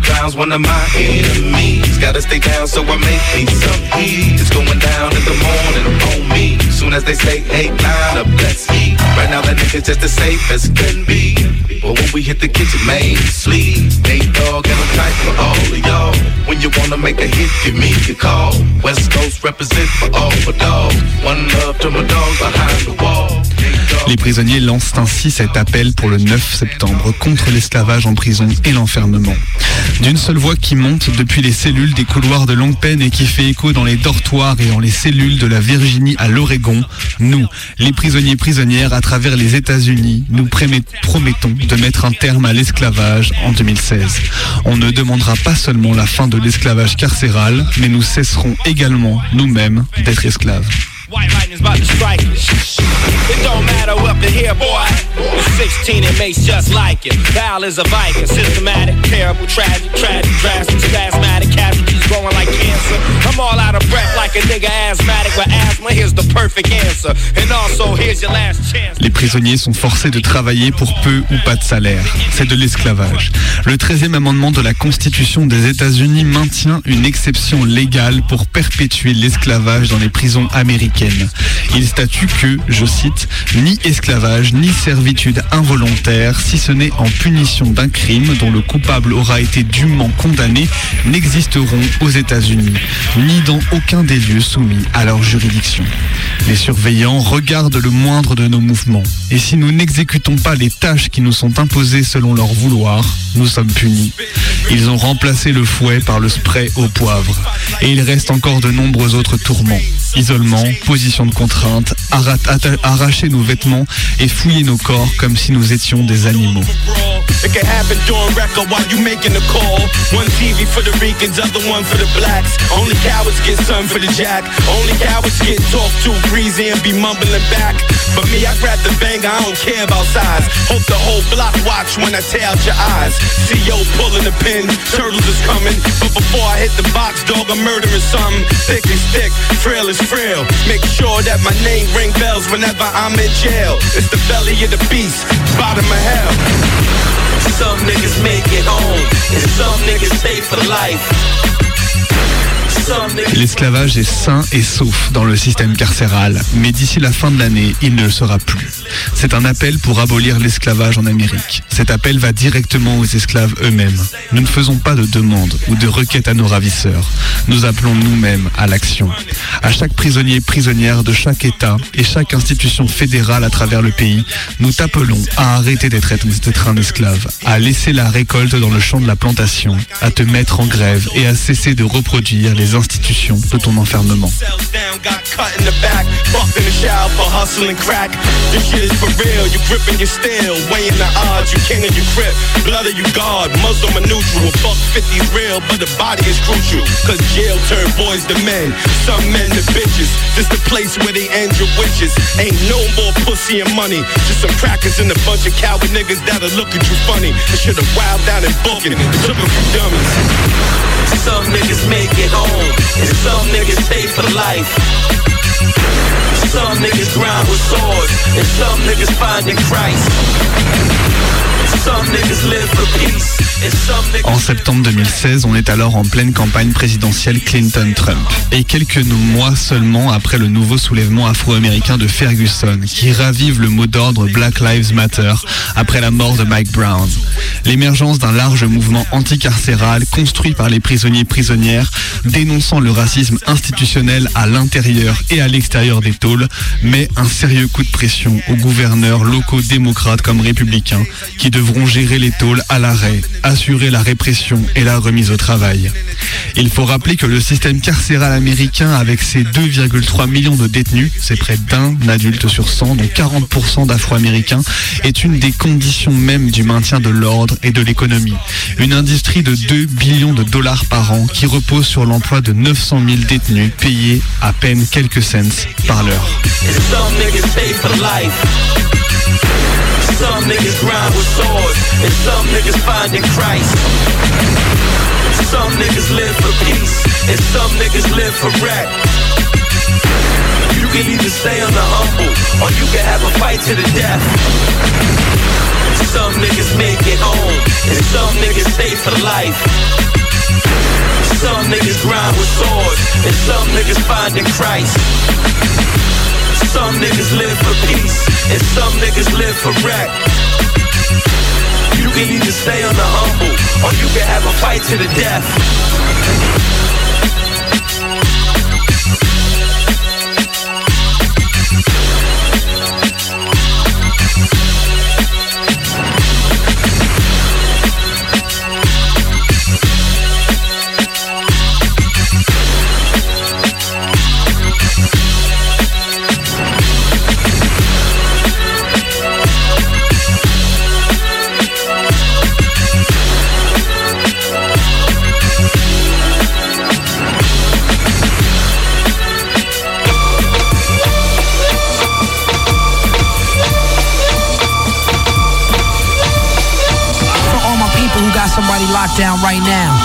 Les prisonniers lancent ainsi cet appel pour le 9 septembre contre l'esclavage en prison et l'enfermement. D'une seule voix qui monte depuis les cellules des couloirs de longue peine et qui fait écho dans les dortoirs et dans les cellules de la Virginie à l'Oregon, nous, les prisonniers-prisonnières à travers les États-Unis, nous promettons de mettre un terme à l'esclavage en 2016. On ne demandera pas seulement la fin de l'esclavage carcéral, mais nous cesserons également nous-mêmes d'être esclaves. White lightning's about to strike us. It don't matter up in here, boy. With 16 it makes just like it. Val is a Viking, systematic, terrible, tragic, drastic, spasmatic, casualties growing like cancer. I'm all out of breath like a nigga asthmatic with asthma. Here's the perfect answer. And also here's your last chance. Les prisonniers sont forcés de travailler pour peu ou pas de salaire. C'est de l'esclavage. Le 13e amendement de la Constitution des États-Unis maintient une exception légale pour perpétuer l'esclavage dans les prisons américaines. Il statue que, je cite, ni esclavage ni servitude involontaire, si ce n'est en punition d'un crime dont le coupable aura été dûment condamné, n'existeront aux États-Unis, ni dans aucun des lieux soumis à leur juridiction. Les surveillants regardent le moindre de nos mouvements, et si nous n'exécutons pas les tâches qui nous sont imposées selon leur vouloir, nous sommes punis. Ils ont remplacé le fouet par le spray au poivre, et il reste encore de nombreux autres tourments. Isolement, position de contrainte, arracher nos vêtements et fouiller nos corps comme si nous étions des animaux. It can happen during record while you making the call. One TV for the Ricans, other one for the blacks. Only cowards get sun for the jack. Only cowards get talked to greasy and be mumbling back. But me, I grab the banger, I don't care about size. Hope the whole block watch when I tear out your eyes. CO pulling the pin, turtles is coming. But before I hit the box, dog, I'm murdering something. Thick is thick, frail is frail. Make sure that my name ring bells whenever I'm in jail. It's the belly of the beast, bottom of hell. Some niggas make it home, and some niggas stay for life. L'esclavage est sain et sauf dans le système carcéral, mais d'ici la fin de l'année, il ne le sera plus. C'est un appel pour abolir l'esclavage en Amérique. Cet appel va directement aux esclaves eux-mêmes. Nous ne faisons pas de demande ou de requête à nos ravisseurs. Nous appelons nous-mêmes à l'action. À chaque prisonnier et prisonnière de chaque État et chaque institution fédérale à travers le pays, nous t'appelons à arrêter d'être un esclave, à laisser la récolte dans le champ de la plantation, à te mettre en grève et à cesser de reproduire les institutions de ton enfermement. Some niggas make it home, and some niggas stay for life. Some niggas grind with swords, and some niggas finding Christ. Some niggas live for peace, and some niggas... En septembre 2016, on est alors en pleine campagne présidentielle Clinton-Trump. Et quelques mois seulement après le nouveau soulèvement afro-américain de Ferguson, qui ravive le mot d'ordre Black Lives Matter après la mort de Mike Brown. L'émergence d'un large mouvement anticarcéral construit par les prisonniers-prisonnières, dénonçant le racisme institutionnel à l'intérieur et à l'extérieur des tôles, met un sérieux coup de pression aux gouverneurs locaux démocrates comme républicains, qui devront gérer les tôles à l'arrêt, assurer la répression et la remise au travail. Il faut rappeler que le système carcéral américain, avec ses 2,3 millions de détenus, c'est près d'un adulte sur 100, dont 40% d'Afro-Américains, est une des conditions même du maintien de l'ordre et de l'économie. Une industrie de 2 billions de dollars par an qui repose sur l'emploi de 900 000 détenus payés à peine quelques cents par l'heure. Some niggas grind with swords, and some niggas finding Christ. Some niggas live for peace, and some niggas live for rap. You can either stay on the humble, or you can have a fight to the death. Some niggas make it home, and some niggas stay for life. Some niggas grind with swords, and some niggas finding Christ. Some niggas live for peace, and some niggas live for rap. You can either stay on the humble, or you can have a fight to the death. Somebody locked down right now.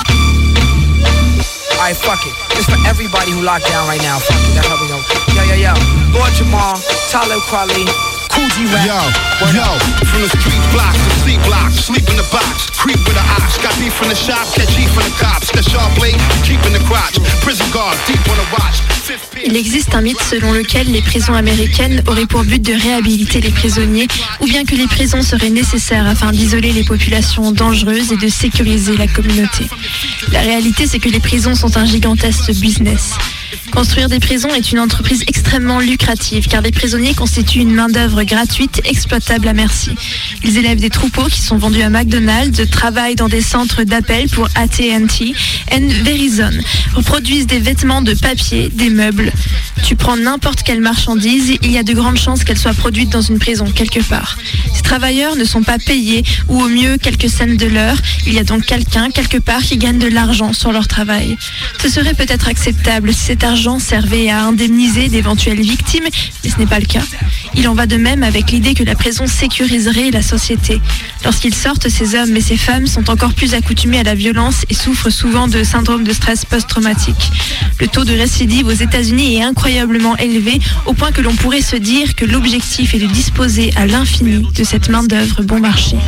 Alright, fuck it. It's for everybody who locked down right now. Fuck it, that's how we go. Yo. Lord Jamal, Talib Kweli, Cool G Rap. Yo, from the street blocks to sleep blocks, sleep in the box, creep with the ox, got beef from the shop, catch heat from the cops, got sharp blade, keep in the crotch, prison guard, deep on the watch. Il existe un mythe selon lequel les prisons américaines auraient pour but de réhabiliter les prisonniers ou bien que les prisons seraient nécessaires afin d'isoler les populations dangereuses et de sécuriser la communauté. La réalité, c'est que les prisons sont un gigantesque business. Construire des prisons est une entreprise extrêmement lucrative car les prisonniers constituent une main-d'œuvre gratuite exploitable à merci. Ils élèvent des troupeaux qui sont vendus à McDonald's, travaillent dans des centres d'appel pour AT&T et Verizon, reproduisent des vêtements de papier, des meubles. Tu prends n'importe quelle marchandise, il y a de grandes chances qu'elle soit produite dans une prison quelque part. Ces travailleurs ne sont pas payés ou au mieux quelques cents de l'heure. Il y a donc quelqu'un quelque part qui gagne de l'argent sur leur travail. Ce serait peut-être acceptable si cet argent servait à indemniser d'éventuelles victimes, mais ce n'est pas le cas. Il en va de même avec l'idée que la prison sécuriserait la société. Lorsqu'ils sortent, ces hommes et ces femmes sont encore plus accoutumés à la violence et souffrent souvent de syndrome de stress post-traumatique. Le taux de récidive aux États-Unis est incroyablement élevé, au point que l'on pourrait se dire que l'objectif est de disposer à l'infini de cette main-d'œuvre bon marché.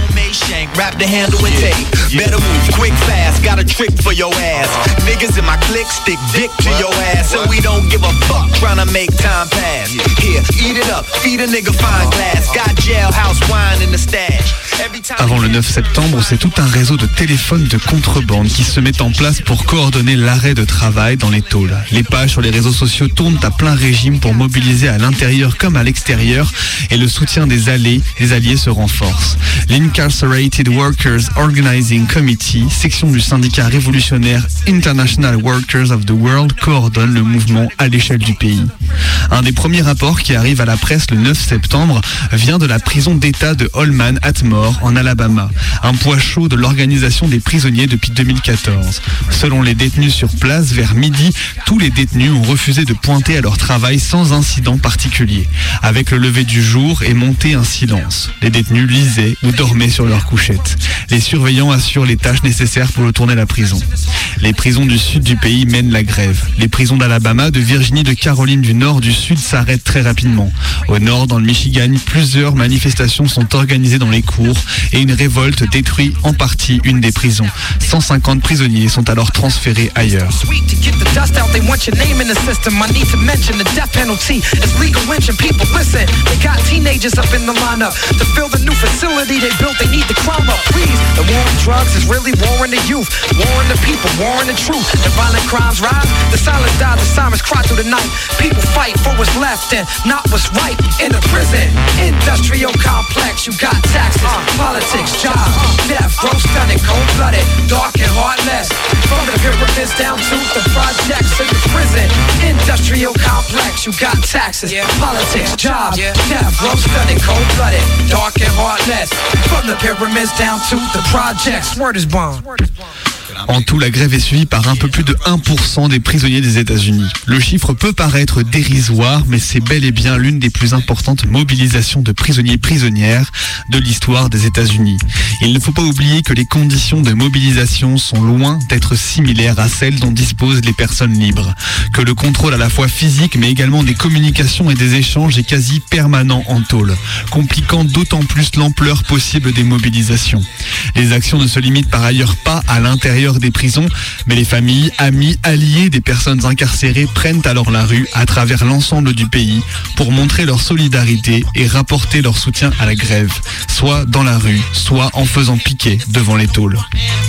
Avant le 9 septembre, c'est tout un réseau de téléphones de contrebande qui se met en place pour coordonner l'arrêt de travail dans les tôles. Les pages sur les réseaux sociaux tournent à plein régime pour mobiliser à l'intérieur comme à l'extérieur et le soutien des alliés se renforce. L'Incarcerated Workers Organizing Committee, section du syndicat révolutionnaire International Workers of the World, coordonne le mouvement à l'échelle du pays. Un des premiers rapports qui arrive à la presse le 9 septembre vient de la prison d'État de Holman Atmore en Alabama, un poids chaud de l'organisation des prisonniers depuis 2014. Selon les détenus sur place, vers midi, tous les détenus ont refusé de pointer à leur travail sans incident particulier. Avec le lever du jour est monté un silence. Les détenus lisaient ou dormaient sur leur couchette. Les surveillants assurent les tâches nécessaires pour retourner à la prison. Les prisons du sud du pays mènent la grève. Les prisons d'Alabama, de Virginie, de Caroline du Nord, du Sud s'arrêtent très rapidement. Au nord, dans le Michigan, plusieurs manifestations sont organisées dans les cours et une révolte détruit en partie une des prisons. 150 prisonniers sont alors transférés ailleurs. People fight for what's left and not what's right in the prison industrial complex. You got taxes, politics, jobs, death, row stunning, cold-blooded, dark and heartless. From the pyramids down to the projects in the prison industrial complex. You got taxes, politics, jobs, death, row stunning, cold-blooded, dark and heartless. From the pyramids down to the projects. Word is bond. En tout, la grève est suivie par un peu plus de 1% des prisonniers des États-Unis. Le chiffre peut paraître dérisoire, mais c'est bel et bien l'une des plus importantes mobilisations de prisonniers et prisonnières de l'histoire des États-Unis. Il ne faut pas oublier que les conditions de mobilisation sont loin d'être similaires à celles dont disposent les personnes libres. Que le contrôle à la fois physique, mais également des communications et des échanges est quasi permanent en tôle, compliquant d'autant plus l'ampleur possible des mobilisations. Les actions ne se limitent par ailleurs pas à l'intérieur des prisons, mais les familles, amis, alliés des personnes incarcérées prennent alors la rue à travers l'ensemble du pays pour montrer leur solidarité et rapporter leur soutien à la grève, soit dans la rue, soit en faisant piquet devant les tôles.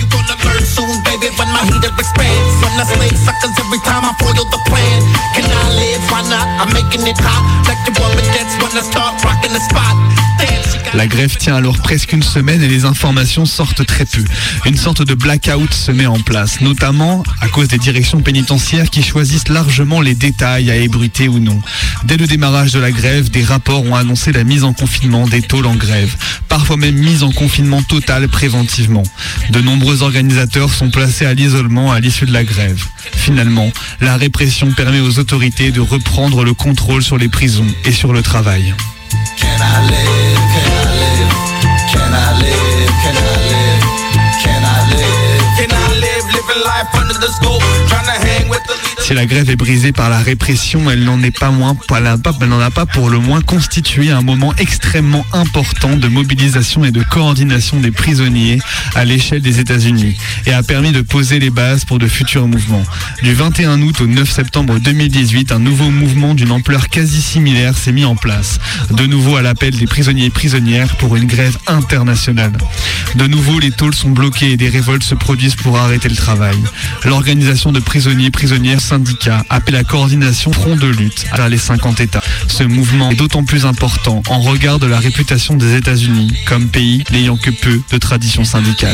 La grève tient alors presque une semaine et les informations sortent très peu. Une sorte de blackout se met en place, notamment à cause des directions pénitentiaires qui choisissent largement les détails à ébruiter ou non. Dès le démarrage de la grève, des rapports ont annoncé la mise en confinement des tôles en grève, parfois même mise en confinement total préventivement. De nombreux organisateurs sont placés à l'isolement à l'issue de la grève. Finalement, la répression permet aux autorités de reprendre le contrôle sur les prisons et sur le travail. Can I live? Can I live? Can I live? Can I live? Can I live? Can I live? Living life under the scope, trying to hang with the leaders. Si la grève est brisée par la répression, elle n'en a pas pour le moins constitué un moment extrêmement important de mobilisation et de coordination des prisonniers à l'échelle des États-Unis et a permis de poser les bases pour de futurs mouvements. Du 21 août au 9 septembre 2018, un nouveau mouvement d'une ampleur quasi similaire s'est mis en place, de nouveau à l'appel des prisonniers et prisonnières pour une grève internationale. De nouveau, les tôles sont bloquées et des révoltes se produisent pour arrêter le travail. L'organisation de prisonniers et prisonnières syndicats appelle à coordination front de lutte à les 50 États. Ce mouvement est d'autant plus important en regard de la réputation des États-Unis comme pays n'ayant que peu de tradition syndicale.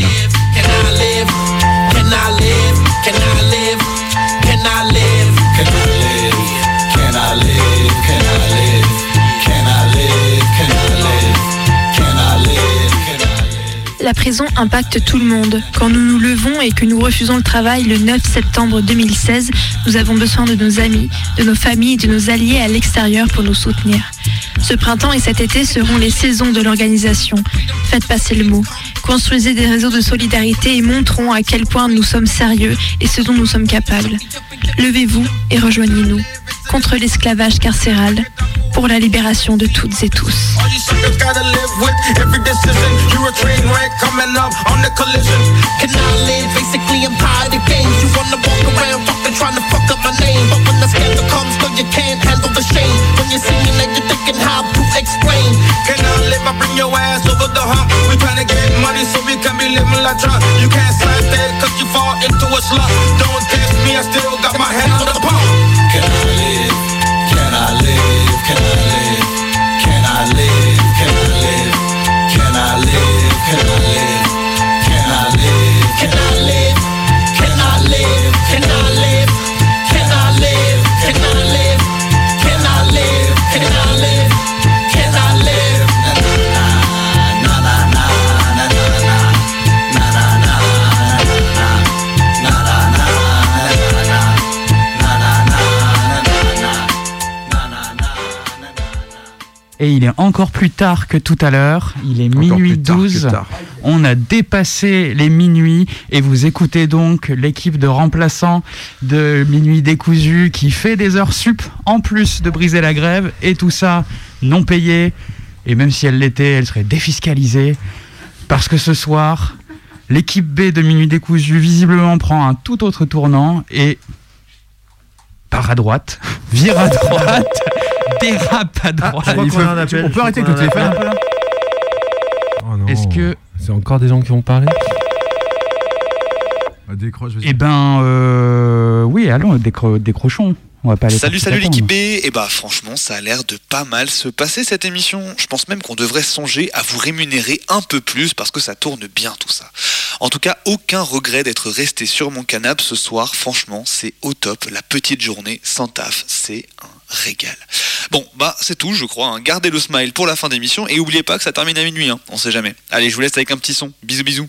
La prison impacte tout le monde. Quand nous nous levons et que nous refusons le travail le 9 septembre 2016, nous avons besoin de nos amis, de nos familles et de nos alliés à l'extérieur pour nous soutenir. Ce printemps et cet été seront les saisons de l'organisation. Faites passer le mot. Construisez des réseaux de solidarité et montrons à quel point nous sommes sérieux et ce dont nous sommes capables. Levez-vous et rejoignez-nous. Contre l'esclavage carcéral, pour la libération de toutes et tous. Et il est encore plus tard que tout à l'heure, il est minuit 12, on a dépassé les minuit et vous écoutez donc l'équipe de remplaçants de Minuit Décousu qui fait des heures sup en plus de briser la grève et tout ça non payé, et même si elle l'était, elle serait défiscalisée parce que ce soir, l'équipe B de Minuit Décousu visiblement prend un tout autre tournant et part à droite, vire à droite. Dérape à droite. On peut arrêter avec le téléphone un peu là ? Oh non. Est-ce que c'est encore des gens qui vont parler ? Décroche, vas-y. Eh ben, oui, allons, décrochons. On va pas aller salut l'équipe B. Et bah franchement ça a l'air de pas mal se passer cette émission. Je pense même qu'on devrait songer à vous rémunérer un peu plus parce que ça tourne bien tout ça. En tout cas aucun regret d'être resté sur mon canapé ce soir. Franchement c'est au top. La petite journée sans taf, c'est un régal. Bon bah c'est tout je crois. Gardez le smile pour la fin d'émission et oubliez pas que ça termine à minuit. On sait jamais. Allez je vous laisse avec un petit son. Bisous bisous.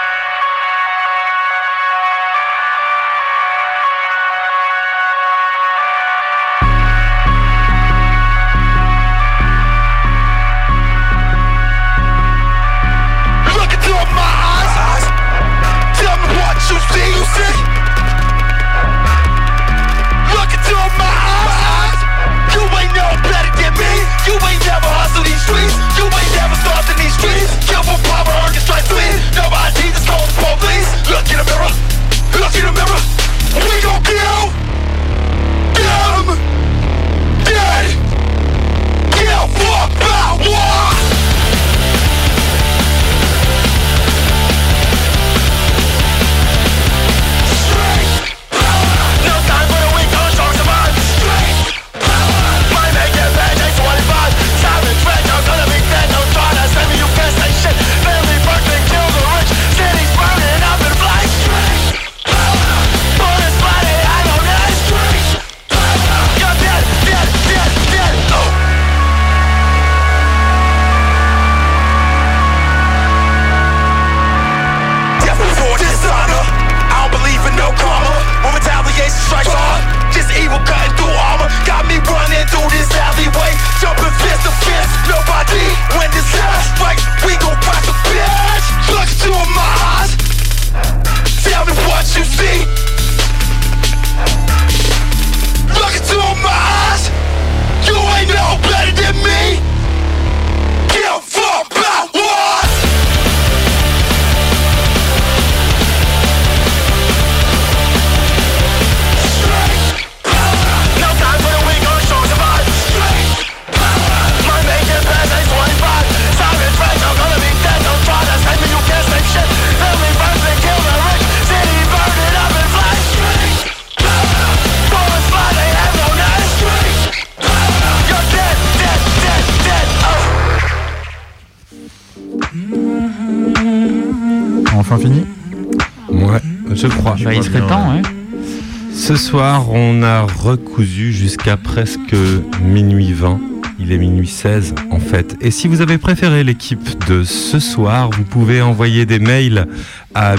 Enfin fini ? Ouais, je crois. Il serait temps, hein. Ce soir, on a recousu jusqu'à presque minuit 20. Il est minuit 16 en fait. Et si vous avez préféré l'équipe de ce soir, vous pouvez envoyer des mails à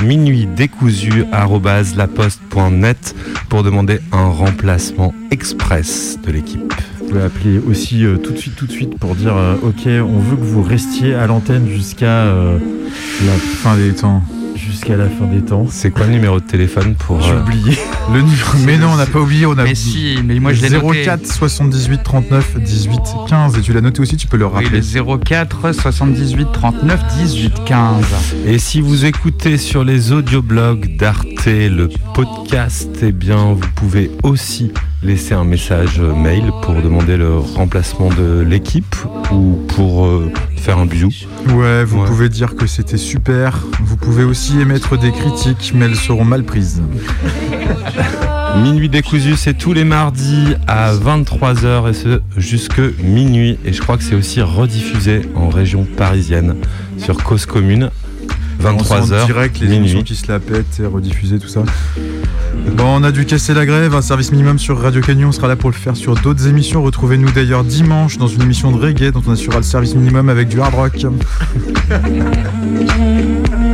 minuitdécousu@laposte.net pour demander un remplacement express de l'équipe. Vous pouvez appeler aussi tout de suite pour dire ok, on veut que vous restiez à l'antenne jusqu'à la fin des temps. Jusqu'à la fin des temps. C'est quoi le numéro de téléphone pour... J'ai oublié. Le numéro... Mais non, on n'a pas oublié. On a... Mais si, mais moi je l'ai 04 78 39 18 15. Et tu l'as noté aussi, tu peux le rappeler. Oui, le 04 78 39 18 15. Et si vous écoutez sur les audioblogs d'Arte le podcast, eh bien vous pouvez aussi laisser un message mail pour demander le remplacement de l'équipe ou pour faire un bisou. Ouais, vous pouvez dire que c'était super. Vous pouvez aussi émettre des critiques, mais elles seront mal prises. Minuit décousu, c'est tous les mardis à 23h et ce jusque minuit. Et je crois que c'est aussi rediffusé en région parisienne sur Cause Commune. 23h, en direct, les émissions qui se la pètent et rediffusées, tout ça. Bon, on a dû casser la grève, un service minimum sur Radio Canyon, on sera là pour le faire sur d'autres émissions. Retrouvez-nous d'ailleurs dimanche dans une émission de reggae dont on assurera le service minimum avec du hard rock.